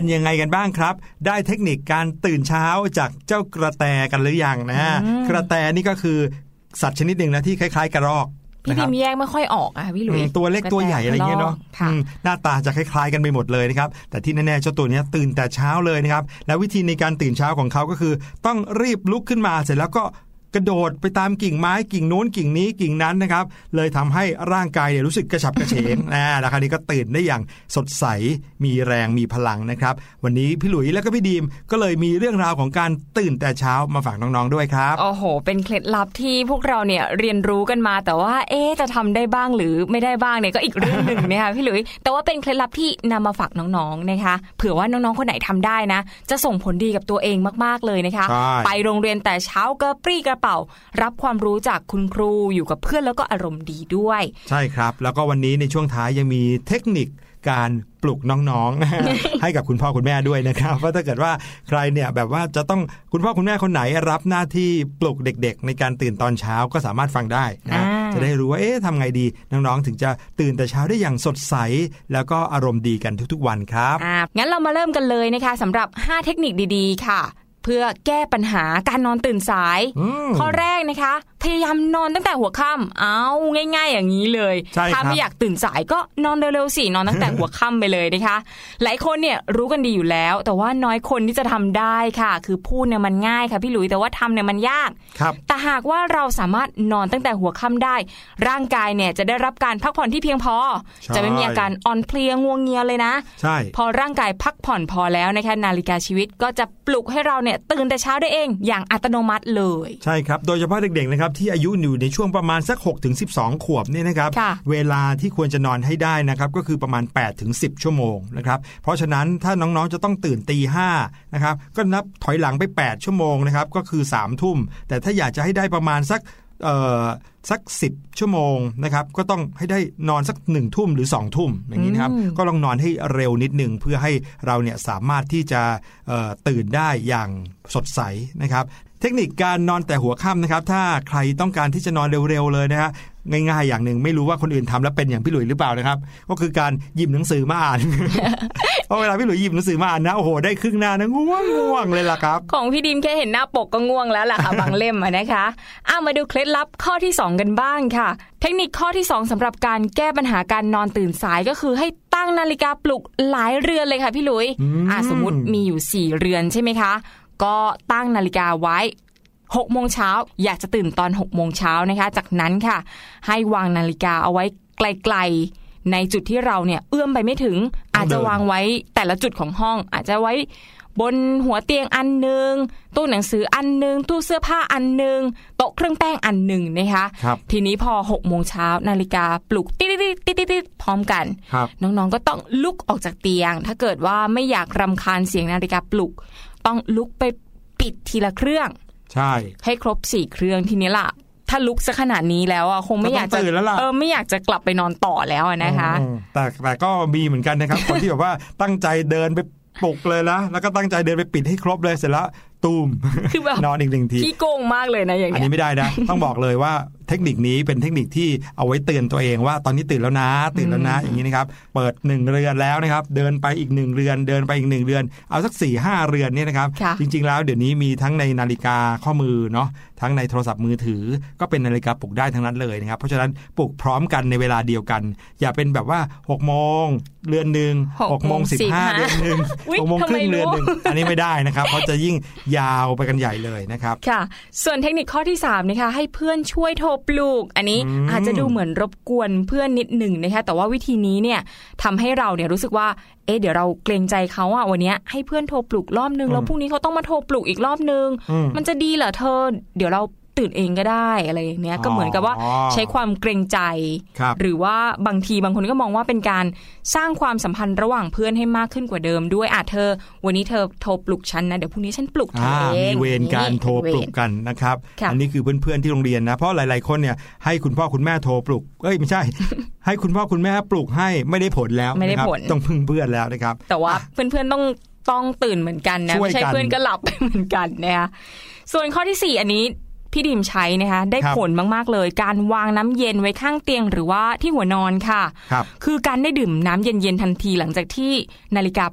เป็นยังไงกันบ้างครับได้เทคนิคการตื่นเช้าจากเจ้ากระแตกันหรือยังนะกระแตนี่ก็คือสัตว์ชนิดหนึ่งนะที่คล้ายๆกระรอกพี่ดิมแยกไม่ค่อยออกอ่ะพี่หลุยตัวเล็กตัวใหญ่อะไรเงี้ยเนาะหน้าตาจะคล้ายๆกันไปหมดเลยนะครับแต่ที่แน่ๆเจ้าตัวนี้ตื่นแต่เช้าเลยนะครับแล้ววิธีในการตื่นเช้าของเขาก็คือต้องรีบลุกขึ้นมาเสร็จแล้วก็กระโดดไปตามกิ่งไม้กิ่งโน้นกิ่งนี้กิ่งนั้นนะครับเลยทำให้ร่างกายรู้สึกกระฉับกระเฉงแล้วคราวนี้ก็ตื่นได้อย่างสดใสมีแรงมีพลังนะครับวันนี้พี่หลุยและก็พี่ดีมก็เลยมีเรื่องราวของการตื่นแต่เช้ามาฝากน้องๆด้วยครับโอ้โหเป็นเคล็ดลับที่พวกเราเนี่ยเรียนรู้กันมาแต่ว่าจะทำได้บ้างหรือไม่ได้บ้างเนี่ยก็อีกเรื่องนึงนะคะพี่หลุยแต่ว่าเป็นเคล็ดลับที่นำมาฝากน้องๆนะคะเผื่อว่าน้องๆคนไหนทำได้นะจะส่งผลดีกับตัวเองมากๆเลยนะคะไปโรงเรียนแต่เช้ากระปรี้กระเป๋ารับความรู้จากคุณครูอยู่กับเพื่อนแล้วก็อารมณ์ดีด้วยใช่ครับแล้วก็วันนี้ในช่วงท้ายยังมีเทคนิคการปลุกน้องๆ ให้กับคุณพ่อคุณแม่ด้วยนะครับว่าถ้าเกิดว่าใครเนี่ยแบบว่าจะต้องคุณพ่อคุณแม่คนไหนรับหน้าที่ปลุกเด็กๆในการตื่นตอนเช้าก็สามารถฟังได้นะจะได้รู้ว่าทำไงดีน้องๆถึงจะตื่นแต่เช้าได้อย่างสดใสแล้วก็อารมณ์ดีกันทุกๆวันครับงั้นเรามาเริ่มกันเลยนะคะสำหรับ5เทคนิคดีๆค่ะเพื่อแก้ปัญหาการนอนตื่นสายข้อแรกนะคะพยายามนอนตั้งแต่หัวค่ำเอาง่ายๆอย่างนี้เลยถ้าไม่อยากตื่นสายก็นอนเร็วๆสินอนตั้งแต่หัวค่ำไปเลยนะคะหลายคนเนี่ยรู้กันดีอยู่แล้วแต่ว่าน้อยคนที่จะทำได้ค่ะคือพูดเนี่ยมันง่ายค่ะพี่หลุยแต่ว่าทำเนี่ยมันยากแต่หากว่าเราสามารถนอนตั้งแต่หัวค่ำได้ร่างกายเนี่ยจะได้รับการพักผ่อนที่เพียงพอจะไม่มีอาการอ่อนเพลียง่วงเงียเลยนะพอร่างกายพักผ่อนพอแล้วนะคะนาฬิกาชีวิตก็จะปลุกให้เราเนี่ยตื่นแต่เช้าได้เองอย่างอัตโนมัติเลยใช่ครับโดยเฉพาะเด็กๆนะครับที่อายุอยู่ในช่วงประมาณสัก 6-12 ขวบเนี่ยนะครับเวลาที่ควรจะนอนให้ได้นะครับก็คือประมาณ 8-10 ชั่วโมงนะครับเพราะฉะนั้นถ้าน้องๆจะต้องตื่นตี 5นะครับก็นับถอยหลังไป8ชั่วโมงนะครับก็คือ3ทุ่มแต่ถ้าอยากจะให้ได้ประมาณสัก10ชั่วโมงนะครับก็ต้องให้ได้นอนสัก1ทุ่มหรือ2ทุ่มอย่างนี้นะครับก็ลองนอนให้เร็วนิดนึงเพื่อให้เราเนี่ยสามารถที่จะตื่นได้อย่างสดใสนะครับเทคนิคการนอนแต่หัวค่ำนะครับถ้าใครต้องการที่จะนอนเร็วๆเลยนะฮะง่ายๆอย่างหนึ่งไม่รู้ว่าคนอื่นทำแล้วเป็นอย่างพี่หลุยหรือเปล่านะครับก็คือการหยิบหนังสือมาอ่าน เพราะเวลาพี่หลุยหยิบหนังสือมาอ่านนะโอ้โหได้ครึ่งหน้านะง่วงเลยล่ะครับของพี่ดิมแค่เห็นหน้าปกก็ง่วงแล้วล่ะค่ะบางเล่มนะคะมาดูเคล็ดลับข้อที่2กันบ้างค่ะเทคนิคข้อที่2สำหรับการแก้ปัญหาการนอนตื่นสายก็คือให้ตั้งนาฬิกาปลุกหลายเรือนเลยค่ะพี่หลุยสมมุติมีอยู่4เรือนใช่ไหมคะก็ตั้งนาฬิกาไว้6 โมงเช้าอยากจะตื่นตอน6 โมงเช้านะคะจากนั้นค่ะให้วางนาฬิกาเอาไว้ไกลๆในจุดที่เราเนี่ยเอื้อมไปไม่ถึงอาจจะวางไว้แต่ละจุดของห้องอาจจะไว้บนหัวเตียงอันนึงตู้หนังสืออันนึงตู้เสื้อผ้าอันนึงโต๊ะเครื่องแป้งอันนึงนะคะทีนี้พอ6 โมงเช้านาฬิกาปลุกติ๊ดๆๆๆพร้อมกันน้องๆก็ต้องลุกออกจากเตียงถ้าเกิดว่าไม่อยากรำคาญเสียงนาฬิกาปลุกต้องลุกไปปิดทีละเครื่องใช่ให้ครบ4เครื่องทีนี้ล่ะถ้าลุกซะขนาดนี้แล้วคงไม่อยากจะไม่อยากจะกลับไปนอนต่อแล้วนะคะแต่ก็มีเหมือนกันนะครับ คนที่แบบว่าตั้งใจเดินไปปลุกเลยนะแล้วก็ตั้งใจเดินไปปิดให้ครบเลยเสร็จแล้วตูมนอนอีก1ทีขี้โกงมากเลยนะอย่างนี้อันนี้ไม่ได้นะ ต้องบอกเลยว่าเทคนิคนี้เป็นเทคนิคที่เอาไว้เตือนตัวเองว่าตอนนี้ตื่นแล้วนะอย่างนี้นะครับเปิด1เรือนแล้วนะครับเดินไปอีก1เรือนเดินไปอีก1เรือนเอาสัก 4-5 เรือนเนี่ยนะครับจริงๆแล้วเดี๋ยวนี้มีทั้งในนาฬิกาข้อมือเนาะทั้งในโทรศัพท์มือถือก็เป็นนาฬิกาปลุกได้ทั้งนั้นเลยนะครับเพราะฉะนั้นปลุกพร้อมกันในเวลาเดียวกันอย่าเป็นแบบว่า6โมงเรือนนึง6โมง15เรือนนึง6โมงครึ่งเรือนนึงอันนี้ไม่ได้นะครับเพราะจะยิ่งยาวไปกันใหญ่เลยนะครับค่ะส่วนเทคนิคข้อที่3นะคะให้เพื่อนช่วยโทรปลุกอันนี้อาจจะดูเหมือนรบกวนเพื่อนนิดหนึ่งนะคะแต่ว่าวิธีนี้เนี่ยทำให้เราเนี่ยรู้สึกว่าเดี๋ยวเราเกรงใจเขาวันนี้ให้เพื่อนโทรปลุกรอบนึงแล้วพรุ่งนี้เขาต้องมาโทรปลุกอีกรอบนึงมันจะดีเหรอเธอเดี๋ยวเราตื่นเองก็ได้อะไรอย่างเนี้ยก็เหมือนกับว่าใช้ความเกรงใจหรือว่าบางทีบางคนก็มองว่าเป็นการสร้างความสัมพันธ์ระหว่างเพื่อนให้มากขึ้นกว่าเดิมด้วยเธอวันนี้เธอโทรปลุกฉันนะเดี๋ยวพรุ่งนี้ฉันปลุกเธอเองมีเวรการโทรปลุกกันนะครับอันนี้คือเพื่อนๆที่โรงเรียนนะเพราะหลายๆคนเนี่ยให้คุณพ่อคุณแม่โทรปลุกไม่ใช่ ให้คุณพ่อคุณแม่ปลุกให้ไม่ได้ผลแล้วนะครับต้องพึ่งเพื่อนแล้วนะครับแต่ว่าเพื่อนๆต้องตื่นเหมือนกันนะไม่ใช่เพื่อนก็หลับไปเหมือนกันนะคะส่วนข้อที่4อันนี้พี่ดิมใช้นะคะได้ผลมากๆเลยการวางน้ำเย็นไว้ข้างเตียงหรือว่าที่หัวนอนค่ะคือการได้ดื่มน้ำเย็นๆทันทีหลังจากที่นาฬิกาปลุก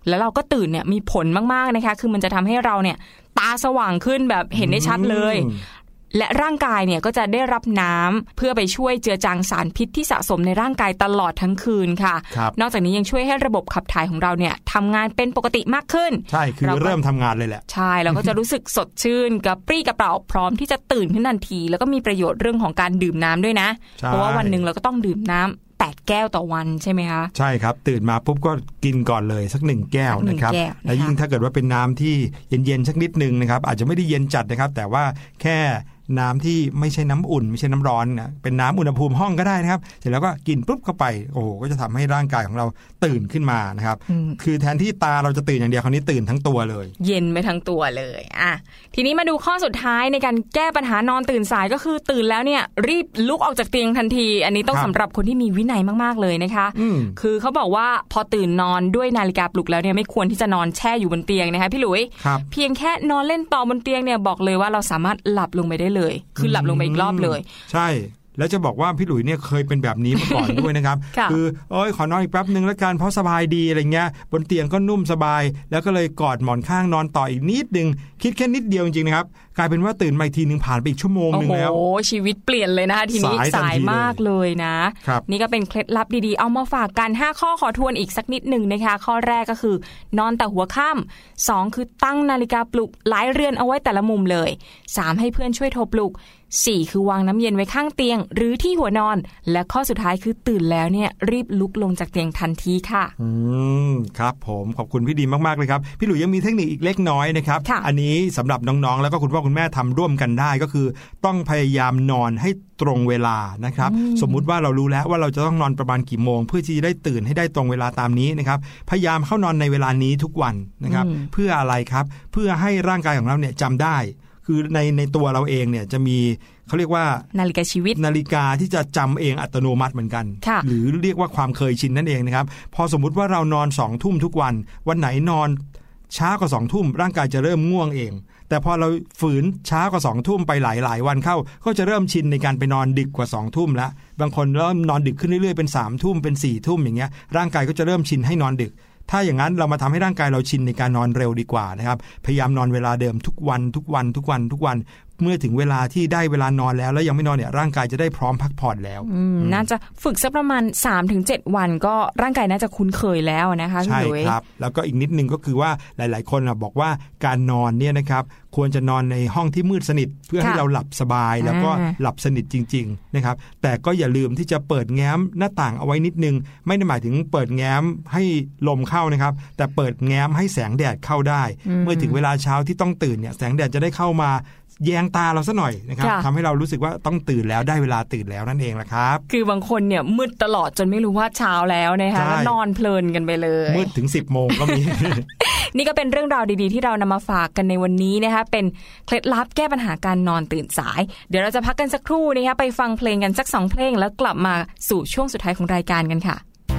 แล้วเราก็ตื่นเนี่ยมีผลมากๆนะคะคือมันจะทำให้เราเนี่ยตาสว่างขึ้นแบบเห็นได้ชัดเลยและร่างกายเนี่ยก็จะได้รับน้ำเพื่อไปช่วยเจือจางสารพิษที่สะสมในร่างกายตลอดทั้งคืนค่ะนอกจากนี้ยังช่วยให้ระบบขับถ่ายของเราเนี่ยทำงานเป็นปกติมากขึ้นใช่คือเริ่มทำงานเลยแหละใช่เราก็จะรู้สึกสดชื่นกระปรี้กระเปร่าพร้อมที่จะตื่นขึ้นทันทีแล้วก็มีประโยชน์เรื่องของการดื่มน้ำด้วยนะเพราะว่าวันนึงเราก็ต้องดื่มน้ำ8 แก้วต่อวันใช่ไหมคะใช่ครับตื่นมาปุ๊บก็กินก่อนเลยสัก1 แก้วนะครับและยิ่งถ้าเกิดว่าเป็นน้ำที่เย็นๆสักนิดนึงนะครับอาจจะไม่ได้เย็นจัดนะครับแต่ว่าแค่น้ำที่ไม่ใช่น้ำอุ่นไม่ใช่น้ำร้อนนะเป็นน้ำอุณหภูมิห้องก็ได้นะครับเสร็จแล้วก็กินปุ๊บเข้าไปโอ้โหก็จะทำให้ร่างกายของเราตื่นขึ้นมานะครับคือแทนที่ตาเราจะตื่นอย่างเดียวคราวนี้ตื่นทั้งตัวเลยเย็นไปทั้งตัวเลยทีนี้มาดูข้อสุดท้ายในการแก้ปัญหานอนตื่นสายก็คือตื่นแล้วเนี่ยรีบลุกออกจากเตียงทันทีอันนี้ต้องสำหรับคนที่มีวินัยมากๆเลยนะคะคือเขาบอกว่าพอตื่นนอนด้วยนาฬิกาปลุกแล้วเนี่ยไม่ควรที่จะนอนแช่อยู่บนเตียงนะคะพี่หลุยเพียงแค่นอนเล่นต่อบนเตียงเนี่ยบอกเลยว่าเราสามารถหลับลงไปได้เลยคือหลับลงไปอีกรอบเลยใช่แล้วจะบอกว่าพี่หลุยเนี่ยเคยเป็นแบบนี้มาก่อนด้วยนะครับ คือขอนอนอีกแป๊บนึงแล้วกันเพราะสบายดีอะไรเงี้ยบนเตียงก็นุ่มสบายแล้วก็เลยกอดหมอนข้างนอนต่ออีกนิดนึงคิดแค่นิดเดียวจริงๆนะครับกลายเป็นว่าตื่นมาอีกทีนึงผ่านไปอีกชั่วโมงนึงแล้วโอ้ชีวิตเปลี่ยนเลยนะคะทีนี้สายมากเลยนะนี่ก็เป็นเคล็ดลับดีๆเอามาฝากกัน5ข้อขอทวนอีกสักนิดนึงนะคะข้อแรกก็คือนอนแต่หัวค่ำ2คือตั้งนาฬิกาปลุกหลายเรือนเอาไว้แต่ละมุมเลย3ให้เพื่อนช่วยโทรปลุก4คือวางน้ำเย็นไว้ข้างเตียงหรือที่หัวนอนและข้อสุดท้ายคือตื่นแล้วเนี่ยรีบลุกลงจากเตียงทันทีค่ะครับผมขอบคุณพี่ดีมากๆเลยครับพี่หลุยยังมีเทคนิคอีกเล็กน้อยนะครับอันนี้สำหรับน้องๆแล้วก็คุณพ่อคุณแม่ทำร่วมกันได้ก็คือต้องพยายามนอนให้ตรงเวลานะครับสมมุติว่าเรารู้แล้วว่าเราจะต้องนอนประมาณกี่โมงเพื่อที่จะได้ตื่นให้ได้ตรงเวลาตามนี้นะครับพยายามเข้านอนในเวลานี้ทุกวันนะครับเพื่ออะไรครับเพื่อให้ร่างกายของเราเนี่ยจำได้คือในตัวเราเองเนี่ยจะมีเขาเรียกว่านาฬิกาชีวิตนาฬิกาที่จะจำเองอัตโนมัติเหมือนกันหรือเรียกว่าความเคยชินนั่นเองนะครับพอสมมุติว่าเรานอน20 ทุ่มทุกวันวันไหนนอนช้ากว่า20 ทุ่มร่างกายจะเริ่มง่วงเองแต่พอเราฝืนช้ากว่า20 ทุ่มไปหลายวันเข้าก็จะเริ่มชินในการไปนอนดึกกว่า20 ทุ่มแล้วบางคนเริ่มนอนดึกขึ้นเรื่อยๆเป็น3 ทุ่มเป็น4 ทุ่มอย่างเงี้ยร่างกายก็จะเริ่มชินให้นอนดึกถ้าอย่างนั้นเรามาทำให้ร่างกายเราชินในการนอนเร็วดีกว่านะครับพยายามนอนเวลาเดิมทุกวันเมื่อถึงเวลาที่ได้เวลานอนแล้วยังไม่นอนเนี่ยร่างกายจะได้พร้อมพักผ่อนแล้วน่าจะฝึกสักประมาณ 3-7 วันก็ร่างกายน่าจะคุ้นเคยแล้วนะคะใช่ครับแล้วก็อีกนิดนึงก็คือว่าหลายๆคนบอกว่าการนอนเนี่ยนะครับควรจะนอนในห้องที่มืดสนิทเพื่อให้เราหลับสบายแล้วก็หลับสนิทจริงๆนะครับแต่ก็อย่าลืมที่จะเปิดแง้มหน้าต่างเอาไว้นิดนึงไม่ได้หมายถึงเปิดแง้มให้ลมเข้านะครับแต่เปิดแง้มให้แสงแดดเข้าได้เมื่อถึงเวลาเช้าที่ต้องตื่นเนี่ยแสงแดดจะได้เข้ามาแยงตาเราซะหน่อยนะครับทำให้เรารู้สึกว่าต้องตื่นแล้วได้เวลาตื่นแล้วนั่นเองแหละครับคือบางคนเนี่ยมืดตลอดจนไม่รู้ว่าเช้าแล้วนะคะแล้วนอนเพลินกันไปเลยมืดถึง 10 โมงก็มีนี่ก็เป็นเรื่องราวดีๆที่เรานำมาฝากกันในวันนี้นะคะเป็นเคล็ดลับแก้ปัญหาการนอนตื่นสายเดี๋ยวเราจะพักกันสักครู่นะคะไปฟังเพลงกันสัก2 เพลงแล้วกลับมาสู่ช่วงสุดท้ายของรายการกันค่ะ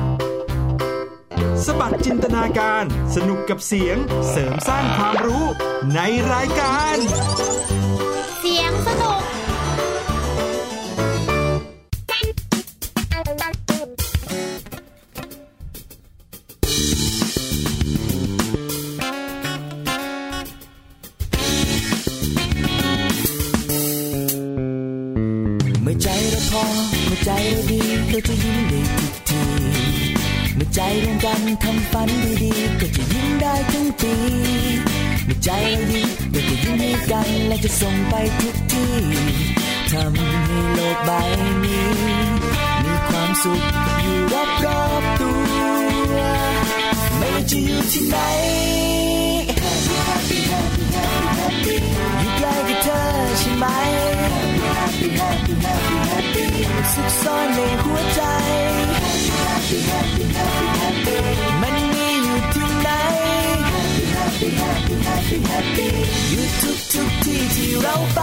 สบัดจินตนาการสนุกกับเสียงเสริมสร้างความรู้ในรายการเสียงสนุกเมื่อใจเราพอเมื่อใจเราดีเราจะยิ้มได้ทุกทีเมื่อใจรวมกันทำฝันดีๆก็จะยิ้มได้ทั้งปีเมื่อใจเราดีเราจะยิ้มให้กันและจะส่งไปทุกที่ทำให้โลกใบนี้มีความสุขอยู่รอบๆตัวไม่ว่าจะอยู่ที่ไหน Happy Happy Happy Happy Happy อยู่ใกล้กับเธอใช่ไหม Happy Happy Happy Happy สุขซ่อนในหัวใจ Happy Happy Happy Happy มันมีอยู่ที่ไหน Happy Happy Happy Happy อยู่ทุกที่ที่เราไป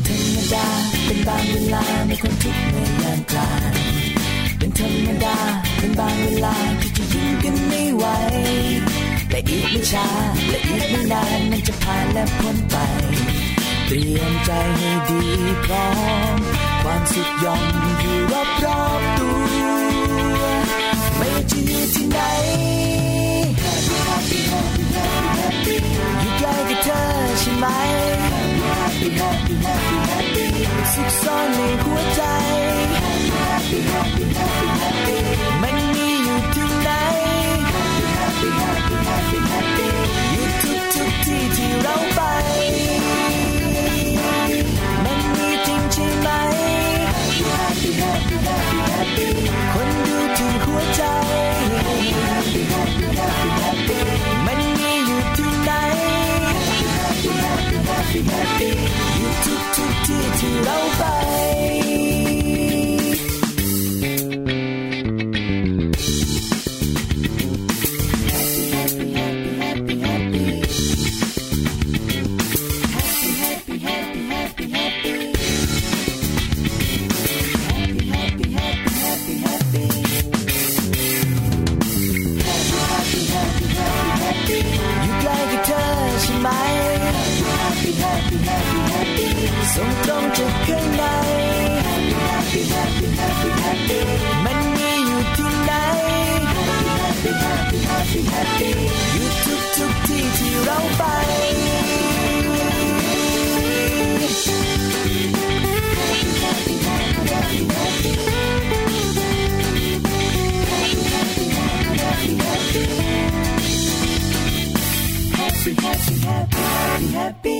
เป็นบางเวลาไม่คนทุกข์ในยามกลางเป็นธรรมดาเป็นบางเวลาที่จะยิ้มกันไม่ไหวและอีกไม่ช้าและอีกไม่นานมันจะผ่านและพ้นไปเตรียมใจให้ดีพร้อมความสุขย่อมอยู่รอบๆตัวไม่ว่าจะอยู่ที่ไหนอยู่ใกล้กับเธอใช่ไหมสุขซ่อนในหัวใจมันมีอยู่ที่ไหนอยู่ทุกที่ที่เราไปมันมีจริงใช่ไหมคนดูที่หัวใจมันมีอยู่ที่ไหนอยู่ทุกที่ที่เราไปส่งตรงจากข้างในมันมีอยู่ที่ไหนอยู่ทุกที่ที่เราไปHappy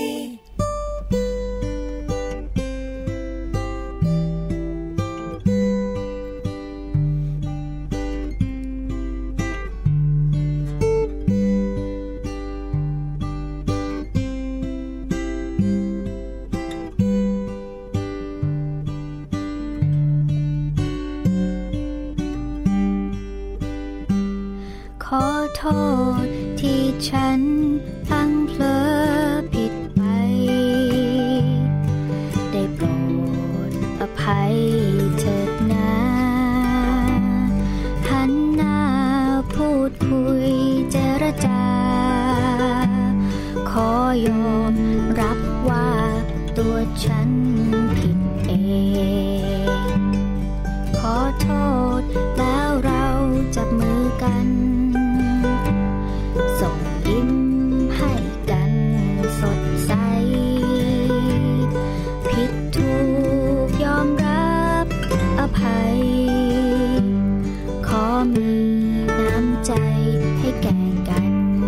ขอโทษที่ฉันพลั้งเผลอผิดไปได้โปรดอภัยเถิดนะหันหน้าพูดคุยเจรจาขอยอมรับว่าตัวฉันผิดเองขอโทษแล้วเราจับมือกันส่งยิ้มให้กันสดใสผิดถูกยอมรับอภัยขอมีน้ำใจให้แก่กัน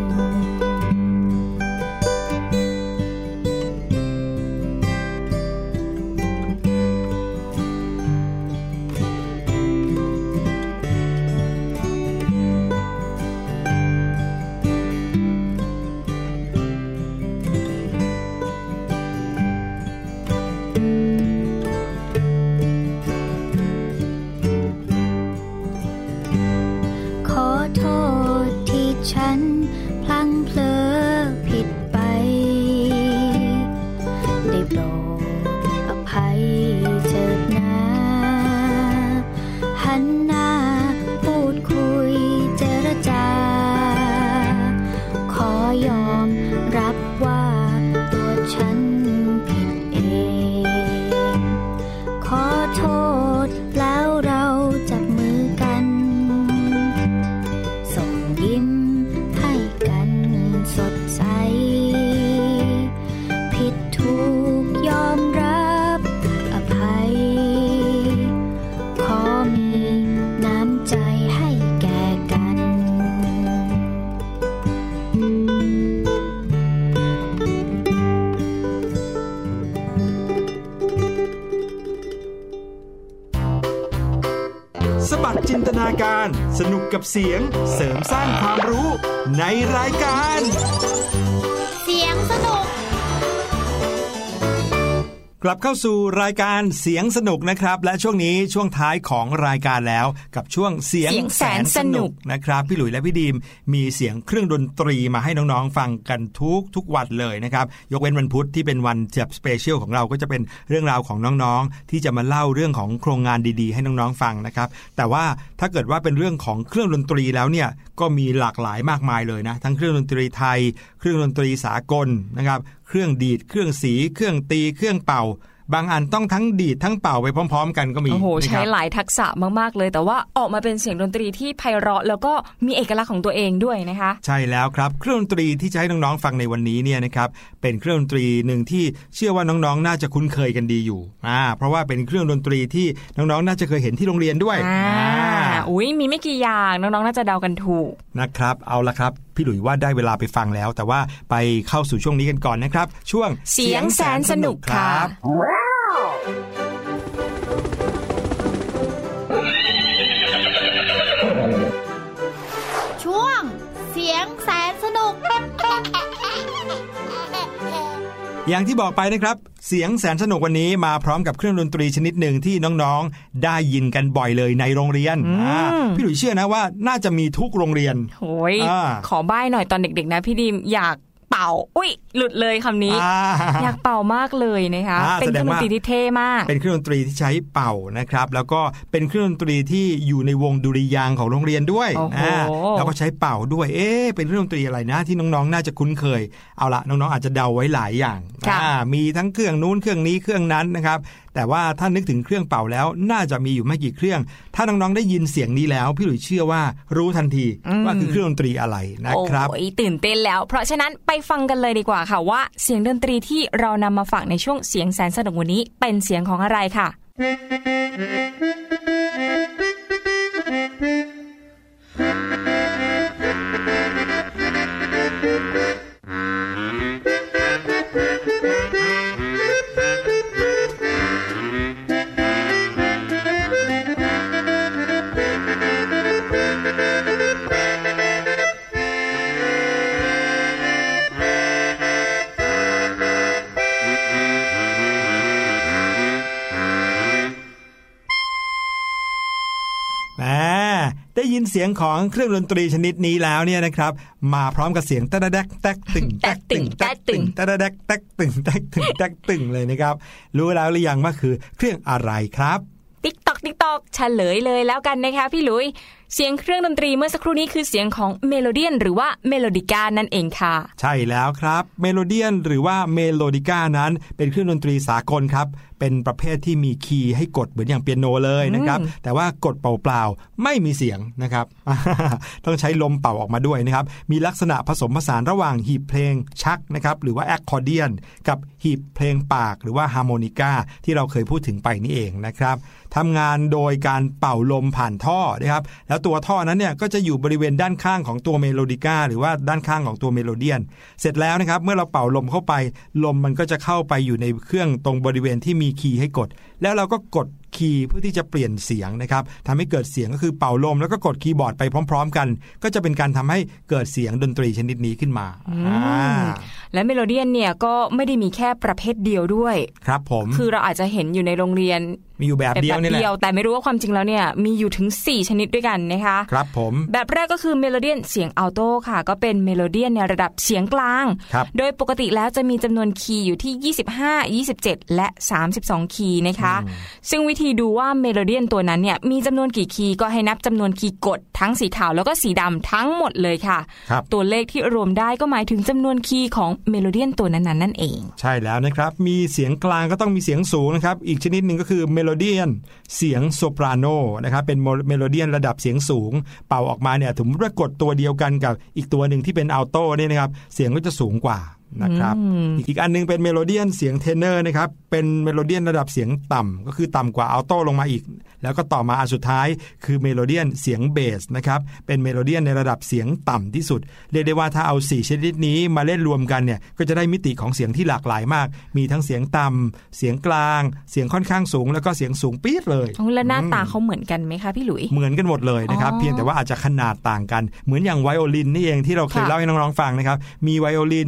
ฉันพลั้งเผลอผิดไปได้โปรดอภัยเถิดนะหันหน้าพูดคุยเจรจาขอยอมรับว่าตัวฉันผิดเองขอโทษแล้วเราจับมือกันส่งยิ้มสดใสผิดถูกยอมรับอภัยขอมีน้ำใจให้แก่กันสบัดจินตนาการสนุกกับเสียงเสริมสร้างความรู้ในรายการเสียงสนุกกลับเข้าสู่รายการเสียงสนุกนะครับและช่วงนี้ช่วงท้ายของรายการแล้วกับช่วงเสียงแสนสนุกนะครับพี่หลุยและพี่ดีมมีเสียงเครื่องดนตรีมาให้น้องๆฟังกันทุกวันเลยนะครับยกเว้นวันพุธที่เป็นวันแบบสเปเชียลของเราก็จะเป็นเรื่องราวของน้องๆที่จะมาเล่าเรื่องของโครงงานดีๆให้น้องๆฟังนะครับแต่ว่าถ้าเกิดว่าเป็นเรื่องของเครื่องดนตรีแล้วเนี่ยก็มีหลากหลายมากมายเลยนะทั้งเครื่องดนตรีไทยเครื่องดนตรีสากลนะครับเครื่องดีดเครื่องสีเครื่องตีเครื่องเป่าบางอันต้องทั้งดีดทั้งเป่าไปพร้อมๆกันก็มีโอ้โหใช้หลายทักษะมากๆเลยแต่ว่าออกมาเป็นเสียงดนตรีที่ไพเราะแล้วก็มีเอกลักษณ์ของตัวเองด้วยนะคะใช่แล้วครับเครื่องดนตรีที่จะให้น้องๆฟังในวันนี้เนี่ยนะครับเป็นเครื่องดนตรีหนึ่งที่เชื่อว่าน้องๆน่าจะคุ้นเคยกันดีอยู่เพราะว่าเป็นเครื่องดนตรีที่น้องๆน่าจะเคยเห็นที่โรงเรียนด้วยอุ้ยมีไม่กี่อย่างน้องๆน่าจะเดากันถูกนะครับเอาละครับพี่หลุยว่าได้เวลาไปฟังแล้วแต่ว่าไปเข้าสู่ช่วงนี้กันก่อนนะครับช่วงเสียงแสนสนุกครับช่วงเสียงแสนสนุกอย่างที่บอกไปนะครับเสียงแสนสนุกวันนี้มาพร้อมกับเครื่องดนตรีชนิดหนึ่งที่น้องๆได้ยินกันบ่อยเลยในโรงเรียนพี่หลุยเชื่อนะว่าน่าจะมีทุกโรงเรียนโอ้ยขอใบ้หน่อยตอนเด็กๆนะพี่ดิมอยากเป่าอุ้ยหลุดเลยคำนี้อยากเป่ามากเลยนะคะเป็นเครื่องดนตรีที่เท่มากเป็นเครื่องดนตรีที่ใช้เป่านะครับแล้วก็เป็นเครื่องดนตรีที่อยู่ในวงดุริยางค์ของโรงเรียนด้วยแล้วก็ใช้เป่าด้วยเป็นเครื่องดนตรีอะไรนะที่น้องๆน่าจะคุ้นเคยเอาละน้องๆอาจจะเดาไว้หลายอย่างมีทั้งเครื่องนู้นเครื่องนี้เครื่องนั้นนะครับแต่ว่าถ้านึกถึงเครื่องเป่าแล้วน่าจะมีอยู่ไม่กี่เครื่องถ้าน้องๆได้ยินเสียงนี้แล้วพี่หลุยเชื่อว่ารู้ทันทีว่าคือเครื่องดนตรีอะไรนะครับโอ้ยตื่นเต้นแล้วเพราะฉะนั้นไปฟังกันเลยดีกว่าค่ะว่าเสียงดนตรีที่เรานำมาฝากในช่วงเสียงแสนสนุกวันนี้เป็นเสียงของอะไรค่ะได้ยินเสียงของเครื่องดนตรีชนิดนี้แล้วเนี่ยนะครับมาพร้อมกับเสียงตะแดกแตกตึงแตกตึงแตกตึงตะแดกแตกตึงแตกตึงแตกตึงเลยนะครับรู้แล้วหรือยังว่าคือเครื่องอะไรครับติ๊กตอกเฉลยเลยแล้วกันนะคะพี่หลุยเสียงเครื่องดนตรีเมื่อสักครู่นี้คือเสียงของเมโลเดียนหรือว่าเมโลดิก้านั่นเองค่ะใช่แล้วครับเมโลเดียนหรือว่าเมโลดิก้านั้นเป็นเครื่องดนตรีสากลครับเป็นประเภทที่มีคีย์ให้กดเหมือนอย่างเปียโนเลยนะครับแต่ว่ากดเปล่าๆไม่มีเสียงนะครับ ต้องใช้ลมเป่าออกมาด้วยนะครับมีลักษณะผสมผสานระหว่างหีบเพลงชักนะครับหรือว่าแอคคอร์เดียนกับหีบเพลงปากหรือว่าฮาร์โมนิก้าที่เราเคยพูดถึงไปนี่เองนะครับทำงานโดยการเป่าลมผ่านท่อนะครับแล้วตัวท่อนั้นเนี่ยก็จะอยู่บริเวณด้านข้างของตัวเมโลดิก้าหรือว่าด้านข้างของตัวเมโลเดียนเสร็จแล้วนะครับเมื่อเราเป่าลมเข้าไปลมมันก็จะเข้าไปอยู่ในเครื่องตรงบริเวณที่มีคีย์ให้กดแล้วเราก็กดคีย์เพื่อที่จะเปลี่ยนเสียงนะครับทำให้เกิดเสียงก็คือเป่าลมแล้วก็กดคีย์บอร์ดไปพร้อมๆกันก็จะเป็นการทำให้เกิดเสียงดนตรีชนิดนี้ขึ้นมาและเมโลเดียนเนี่ยก็ไม่ได้มีแค่ประเภทเดียวด้วยครับผมคือเราอาจจะเห็นอยู่ในโรงเรียนมีอยู่แบบเดียวนี่แหละแต่ไม่รู้ว่าความจริงแล้วเนี่ยมีอยู่ถึง4ชนิดด้วยกันนะคะครับผมแบบแรกก็คือเมโลเดียนเสียงอัลโตค่ะก็เป็นเมโลเดียนในระดับเสียงกลางโดยปกติแล้วจะมีจำนวนคีย์อยู่ที่25 27และ32คีย์นะคะซึ่งวิธีดูว่าเมโลเดียนตัวนั้นเนี่ยมีจำนวนกี่คีย์ก็ให้นับจำนวนคีย์กดทั้งสีขาวแล้วก็สีดำทั้งหมดเลยค่ะตัวเลขที่รวมได้ก็หมายถึงจำนวนคีย์ของเมโลเดียนตัวนั้นๆนั่นเองใช่แล้วนะครับมีเสียงกลางก็ต้องมีเสียงสูงนะครับอีกชนิดนึงก็คือเมโลเดียนเสียงโซปราโนนะครับเป็นเมโลเดียนระดับเสียงสูงเป่าออกมาเนี่ยถึงปรากฏตัวเดียวกันกับอีกตัวหนึ่งที่เป็นอัลโตเนี่ยนะครับเสียงก็จะสูงกว่านะครับอีกอันนึงเป็นเมโลเดียนเสียงเทเนอร์นะครับเป็นเมโลเดียนระดับเสียงต่ำก็คือต่ำกว่าอัลโตลงมาอีกแล้วก็ต่อมาอันสุดท้ายคือเมโลเดียนเสียงเบสนะครับเป็นเมโลเดียนในระดับเสียงต่ำที่สุดเรียกได้ว่าถ้าเอา4ชนิดนี้มาเล่นรวมกันเนี่ยก็จะได้มิติของเสียงที่หลากหลายมากมีทั้งเสียงต่ำเสียงกลางเสียงค่อนข้างสูงแล้วก็เสียงสูงปี๊ดเลยแล้วหน้าตาเขาเหมือนกันไหมคะพี่หลุยเหมือนกันหมดเลยนะครับเพียงแต่ว่าอาจจะขนาดต่างกันเหมือนอย่างไวโอลินนี่เองที่เราเคยเล่าให้น้องๆฟังนะครับมีไวโอลินวิโอลา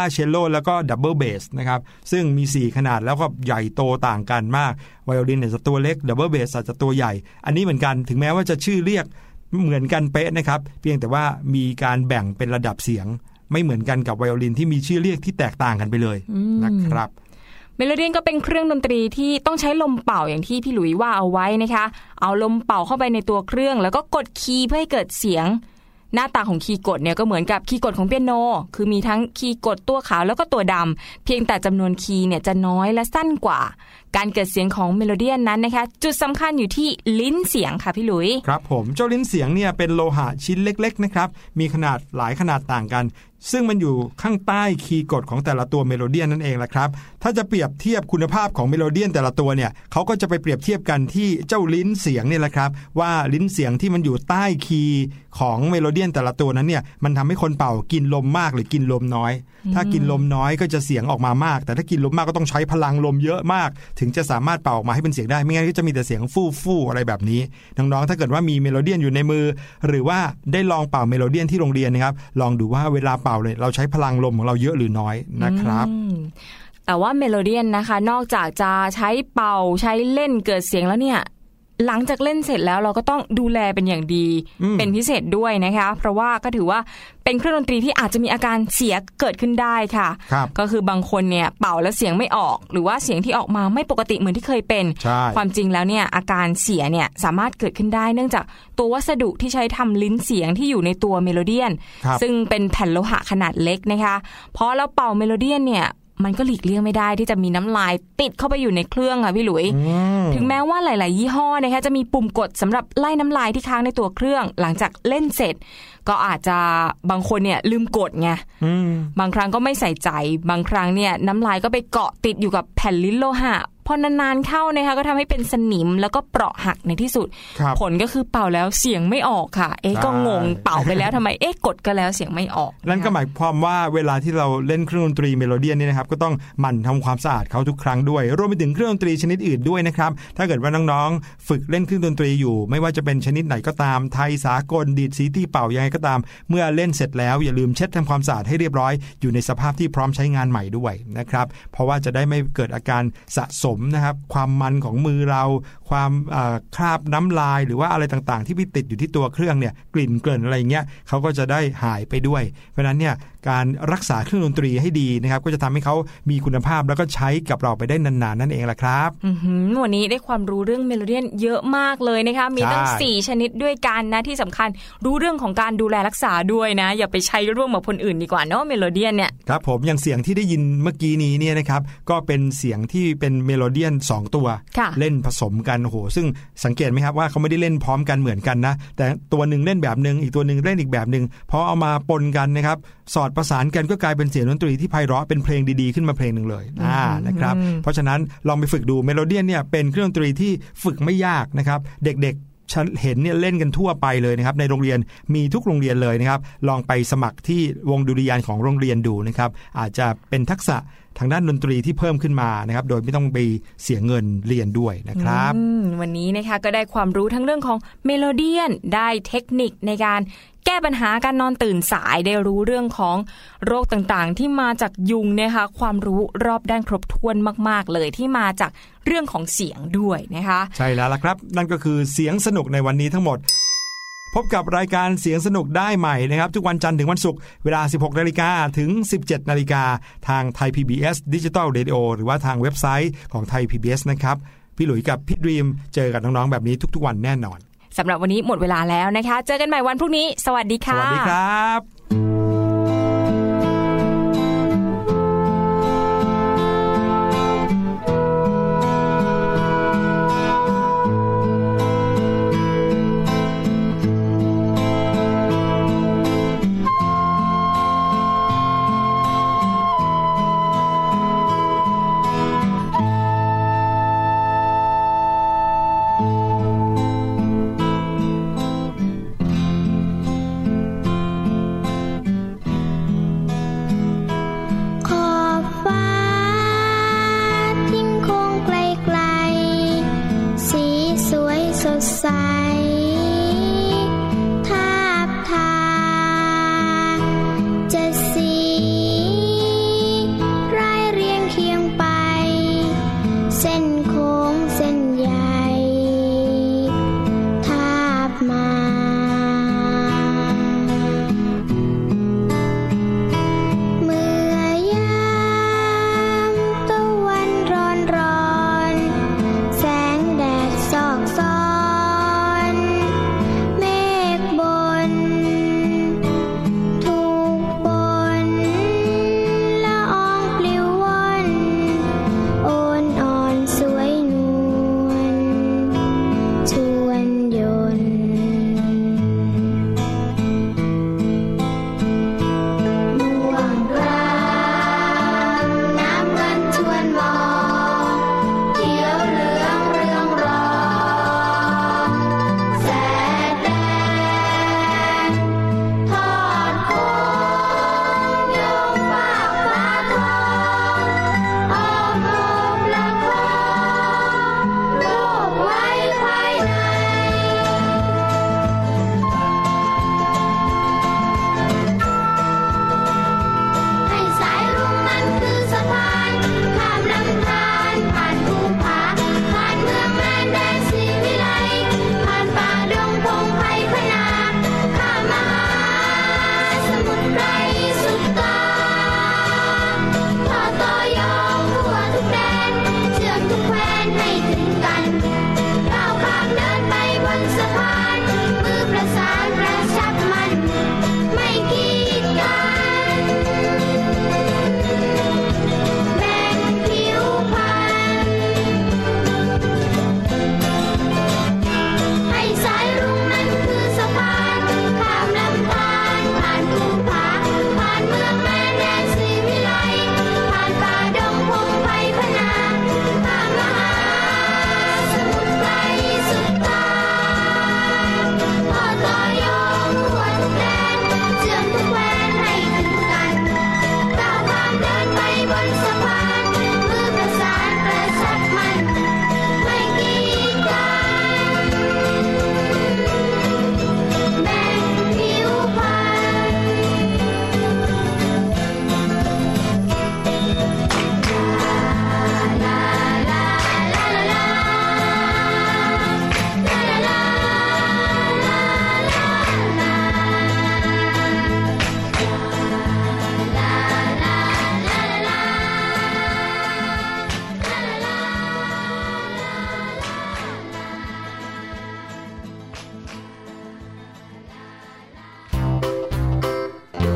เชลโลแล้วก็ดับเบิลเบสนะครับซึ่งมี4ขนาดแล้วก็ใหญ่โตต่างกันมากไวโอลินเนี่ยจะตัวเล็กดับเบิลเบสอาจจะตัวใหญ่อันนี้เหมือนกันถึงแม้ว่าจะชื่อเรียกเหมือนกันเป๊ะนะครับเพียงแต่ว่ามีการแบ่งเป็นระดับเสียงไม่เหมือนกันกับไวโอลินที่มีชื่อเรียกที่แตกต่างกันไปเลยนะครับเมโลเดียนก็เป็นเครื่องดนตรีที่ต้องใช้ลมเป่าอย่างที่พี่หลุยว่าเอาไว้นะคะเอาลมเป่าเข้าไปในตัวเครื่องแล้วก็กดคีย์เพื่อให้เกิดเสียงหน้าตาของคีย์กดเนี่ยก็เหมือนกับคีย์กดของเปียโนคือมีทั้งคีย์กดตัวขาวแล้วก็ตัวดำเพียงแต่จำนวนคีย์เนี่ยจะน้อยและสั้นกว่าการเกิดเสียงของเมโลเดียนนั้นนะคะจุดสำคัญอยู่ที่ลิ้นเสียงค่ะพี่หลุยครับผมเจ้าลิ้นเสียงเนี่ยเป็นโลหะชิ้นเล็กๆนะครับมีขนาดหลายขนาดต่างกันซึ่งมันอยู่ข้างใต้คีย์กดของแต่ละตัวเมโลเดียนนั่นเองแหละครับถ้าจะเปรียบเทียบคุณภาพของเมโลเดียนแต่ละตัวเนี่ยเขาก็จะไปเปรียบเทียบกันที่เจ้าลิ้นเสียงนี่แหละครับว่าลิ้นเสียงที่มันอยู่ใต้คีย์ของเมโลเดียนแต่ละตัวนั้นเนี่ยมันทำให้คนเป่ากินลมมากหรือกินลมน้อยถ้ากินลมน้อยก็จะเสียงออกมามากแต่ถ้ากินลมมากก็ต้องใช้พลังลมเยอะมากถึงจะสามารถเป่าออกมาให้เป็นเสียงได้ไม่งั้นก็จะมีแต่เสียงฟู่ๆอะไรแบบนี้น้องๆถ้าเกิดว่ามีเมโลเดียนอยู่ในมือหรือว่าได้ลองเป่าเมโลเดียนที่โรงเรียนนะครับลองดูว่าเวลาเป่าเลยเราใช้พลังลมของเราเยอะหรือน้อยนะครับแต่ว่าเมโลเดียนนะคะนอกจากจะใช้เป่าใช้เล่นเกิดเสียงแล้วเนี่ยหลังจากเล่นเสร็จแล้วเราก็ต้องดูแลเป็นอย่างดีเป็นพิเศษด้วยนะคะเพราะว่าก็ถือว่าเป็นเครื่องดนตรีที่อาจจะมีอาการเสียเกิดขึ้นได้ค่ะก็คือบางคนเนี่ยเป่าแล้วเสียงไม่ออกหรือว่าเสียงที่ออกมาไม่ปกติเหมือนที่เคยเป็นความจริงแล้วเนี่ยอาการเสียเนี่ยสามารถเกิดขึ้นได้เนื่องจากตัววัสดุที่ใช้ทำลิ้นเสียงที่อยู่ในตัวเมโลเดียนซึ่งเป็นแผ่นโลหะขนาดเล็กนะคะพอเราเป่าเมโลเดียนเนี่ยมันก็หลีกเลี่ยงไม่ได้ที่จะมีน้ำลายติดเข้าไปอยู่ในเครื่องค่ะพี่หลุยถึงแม้ว่าหลายๆยี่ห้อนะคะจะมีปุ่มกดสำหรับไล่น้ำลายที่ค้างในตัวเครื่องหลังจากเล่นเสร็จก็อาจจะบางคนเนี่ยลืมกดไงบางครั้งก็ไม่ใส่ใจบางครั้งเนี่ยน้ำลายก็ไปเกาะติดอยู่กับแผ่นลิ้นโลหะพอนานๆเข้านะคะก็ทำให้เป็นสนิมแล้วก็เปราะหักในที่สุดผลก็คือเป่าแล้วเสียงไม่ออกค่ะก็งงเป่าไปแล้วทำไมกดก็แล้วเสียงไม่ออกนั่นก็หมายความว่าเวลาที่เราเล่นเครื่องดนตรีเมโลเดียนนี่นะครับก็ต้องหมั่นทำความสะอาดเขาทุกครั้งด้วยรวมไปถึงเครื่องดนตรีชนิดอื่นด้วยนะครับถ้าเกิดว่าน้องๆฝึกเล่นเครื่องดนตรีอยู่ไม่ว่าจะเป็นชนิดไหนก็ตามไทยสากลดีดสีที่เป่ายังไงก็ตามเมื่อเล่นเสร็จแล้วอย่าลืมเช็ดทำความสะอาดให้เรียบร้อยอยู่ในสภาพที่พร้อมใช้งานใหม่ด้วยนะครับเพราะว่าจะได้ไม่เกิดอาการสะสมนะครับความมันของมือเราความคราบน้ำลายหรือว่าอะไรต่างๆที่ไปติดอยู่ที่ตัวเครื่องเนี่ยกลิ่นเกลื่อนอะไรเงี้ยเขาก็จะได้หายไปด้วยเพราะฉะนั้นเนี่ยการรักษาเครื่องดนตรีให้ดีนะครับก็จะทำให้เขามีคุณภาพแล้วก็ใช้กับเราไปได้นานๆนั่นเองแหละครับวันนี้ได้ความรู้เรื่องเมโลเดียนเยอะมากเลยนะคะมีตั้ง4ชนิดด้วยกันนะที่สำคัญรู้เรื่องของการดูแลรักษาด้วยนะอย่าไปใช้ร่วมกับคนอื่นดีกว่าเนาะเมโลเดียนเนี่ยครับผมอย่างเสียงที่ได้ยินเมื่อกี้นี้เนี่ยนะครับก็เป็นเสียงที่เป็นเมโลเดียน2ตัวเล่นผสมกันโอ้โหซึ่งสังเกตไหมครับว่าเขาไม่ได้เล่นพร้อมกันเหมือนกันนะแต่ตัวหนึ่งเล่นแบบนึงอีกตัวหนึ่งเล่นอีกแบบนึงพอเอามาปนกันนะครับสอดประสานกันก็กลายเป็นเสียงดนตรีที่ไพเราะเป็นเพลงดีๆขึ้นมาเพลงนึงเลยนะครับเพราะฉะนั้นลองไปฝึกดูเมโลเดียนเนี่ยเป็นเครื่องดนตรีที่ฝึกไม่ยากนะครับเด็กๆฉันเห็นเนี่ยเล่นกันทั่วไปเลยนะครับในโรงเรียนมีทุกโรงเรียนเลยนะครับลองไปสมัครที่วงดุริยางค์ของโรงเรียนดูนะครับอาจจะเป็นทักษะทางด้านดนตรีที่เพิ่มขึ้นมานะครับโดยไม่ต้องไปเสียเงินเรียนด้วยนะครับวันนี้นะคะก็ได้ความรู้ทั้งเรื่องของเมโลเดียนได้เทคนิคในการแก้ปัญหาการนอนตื่นสายได้รู้เรื่องของโรคต่างๆที่มาจากยุงนะคะความรู้รอบด้านครบถ้วนมากๆเลยที่มาจากเรื่องของเสียงด้วยนะคะใช่แล้วล่ะครับนั่นก็คือเสียงสนุกในวันนี้ทั้งหมดพบกับรายการเสียงสนุกได้ใหม่นะครับทุกวันจันทร์ถึงวันศุกร์เวลา 16:00 นถึง 17:00 นทางไทย PBS Digital Radio หรือว่าทางเว็บไซต์ของไทย PBS นะครับพี่หลุยส์กับพี่ดรีมเจอกับน้องๆแบบนี้ทุกๆวันแน่นอนสำหรับวันนี้หมดเวลาแล้วนะคะเจอกันใหม่วันพรุ่งนี้สวัสดีค่ะสวัสดีครับ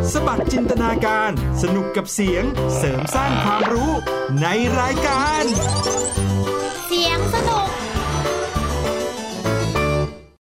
สบัดจินตนาการสนุกกับเสียงเสริมสร้างความรู้ในรายการ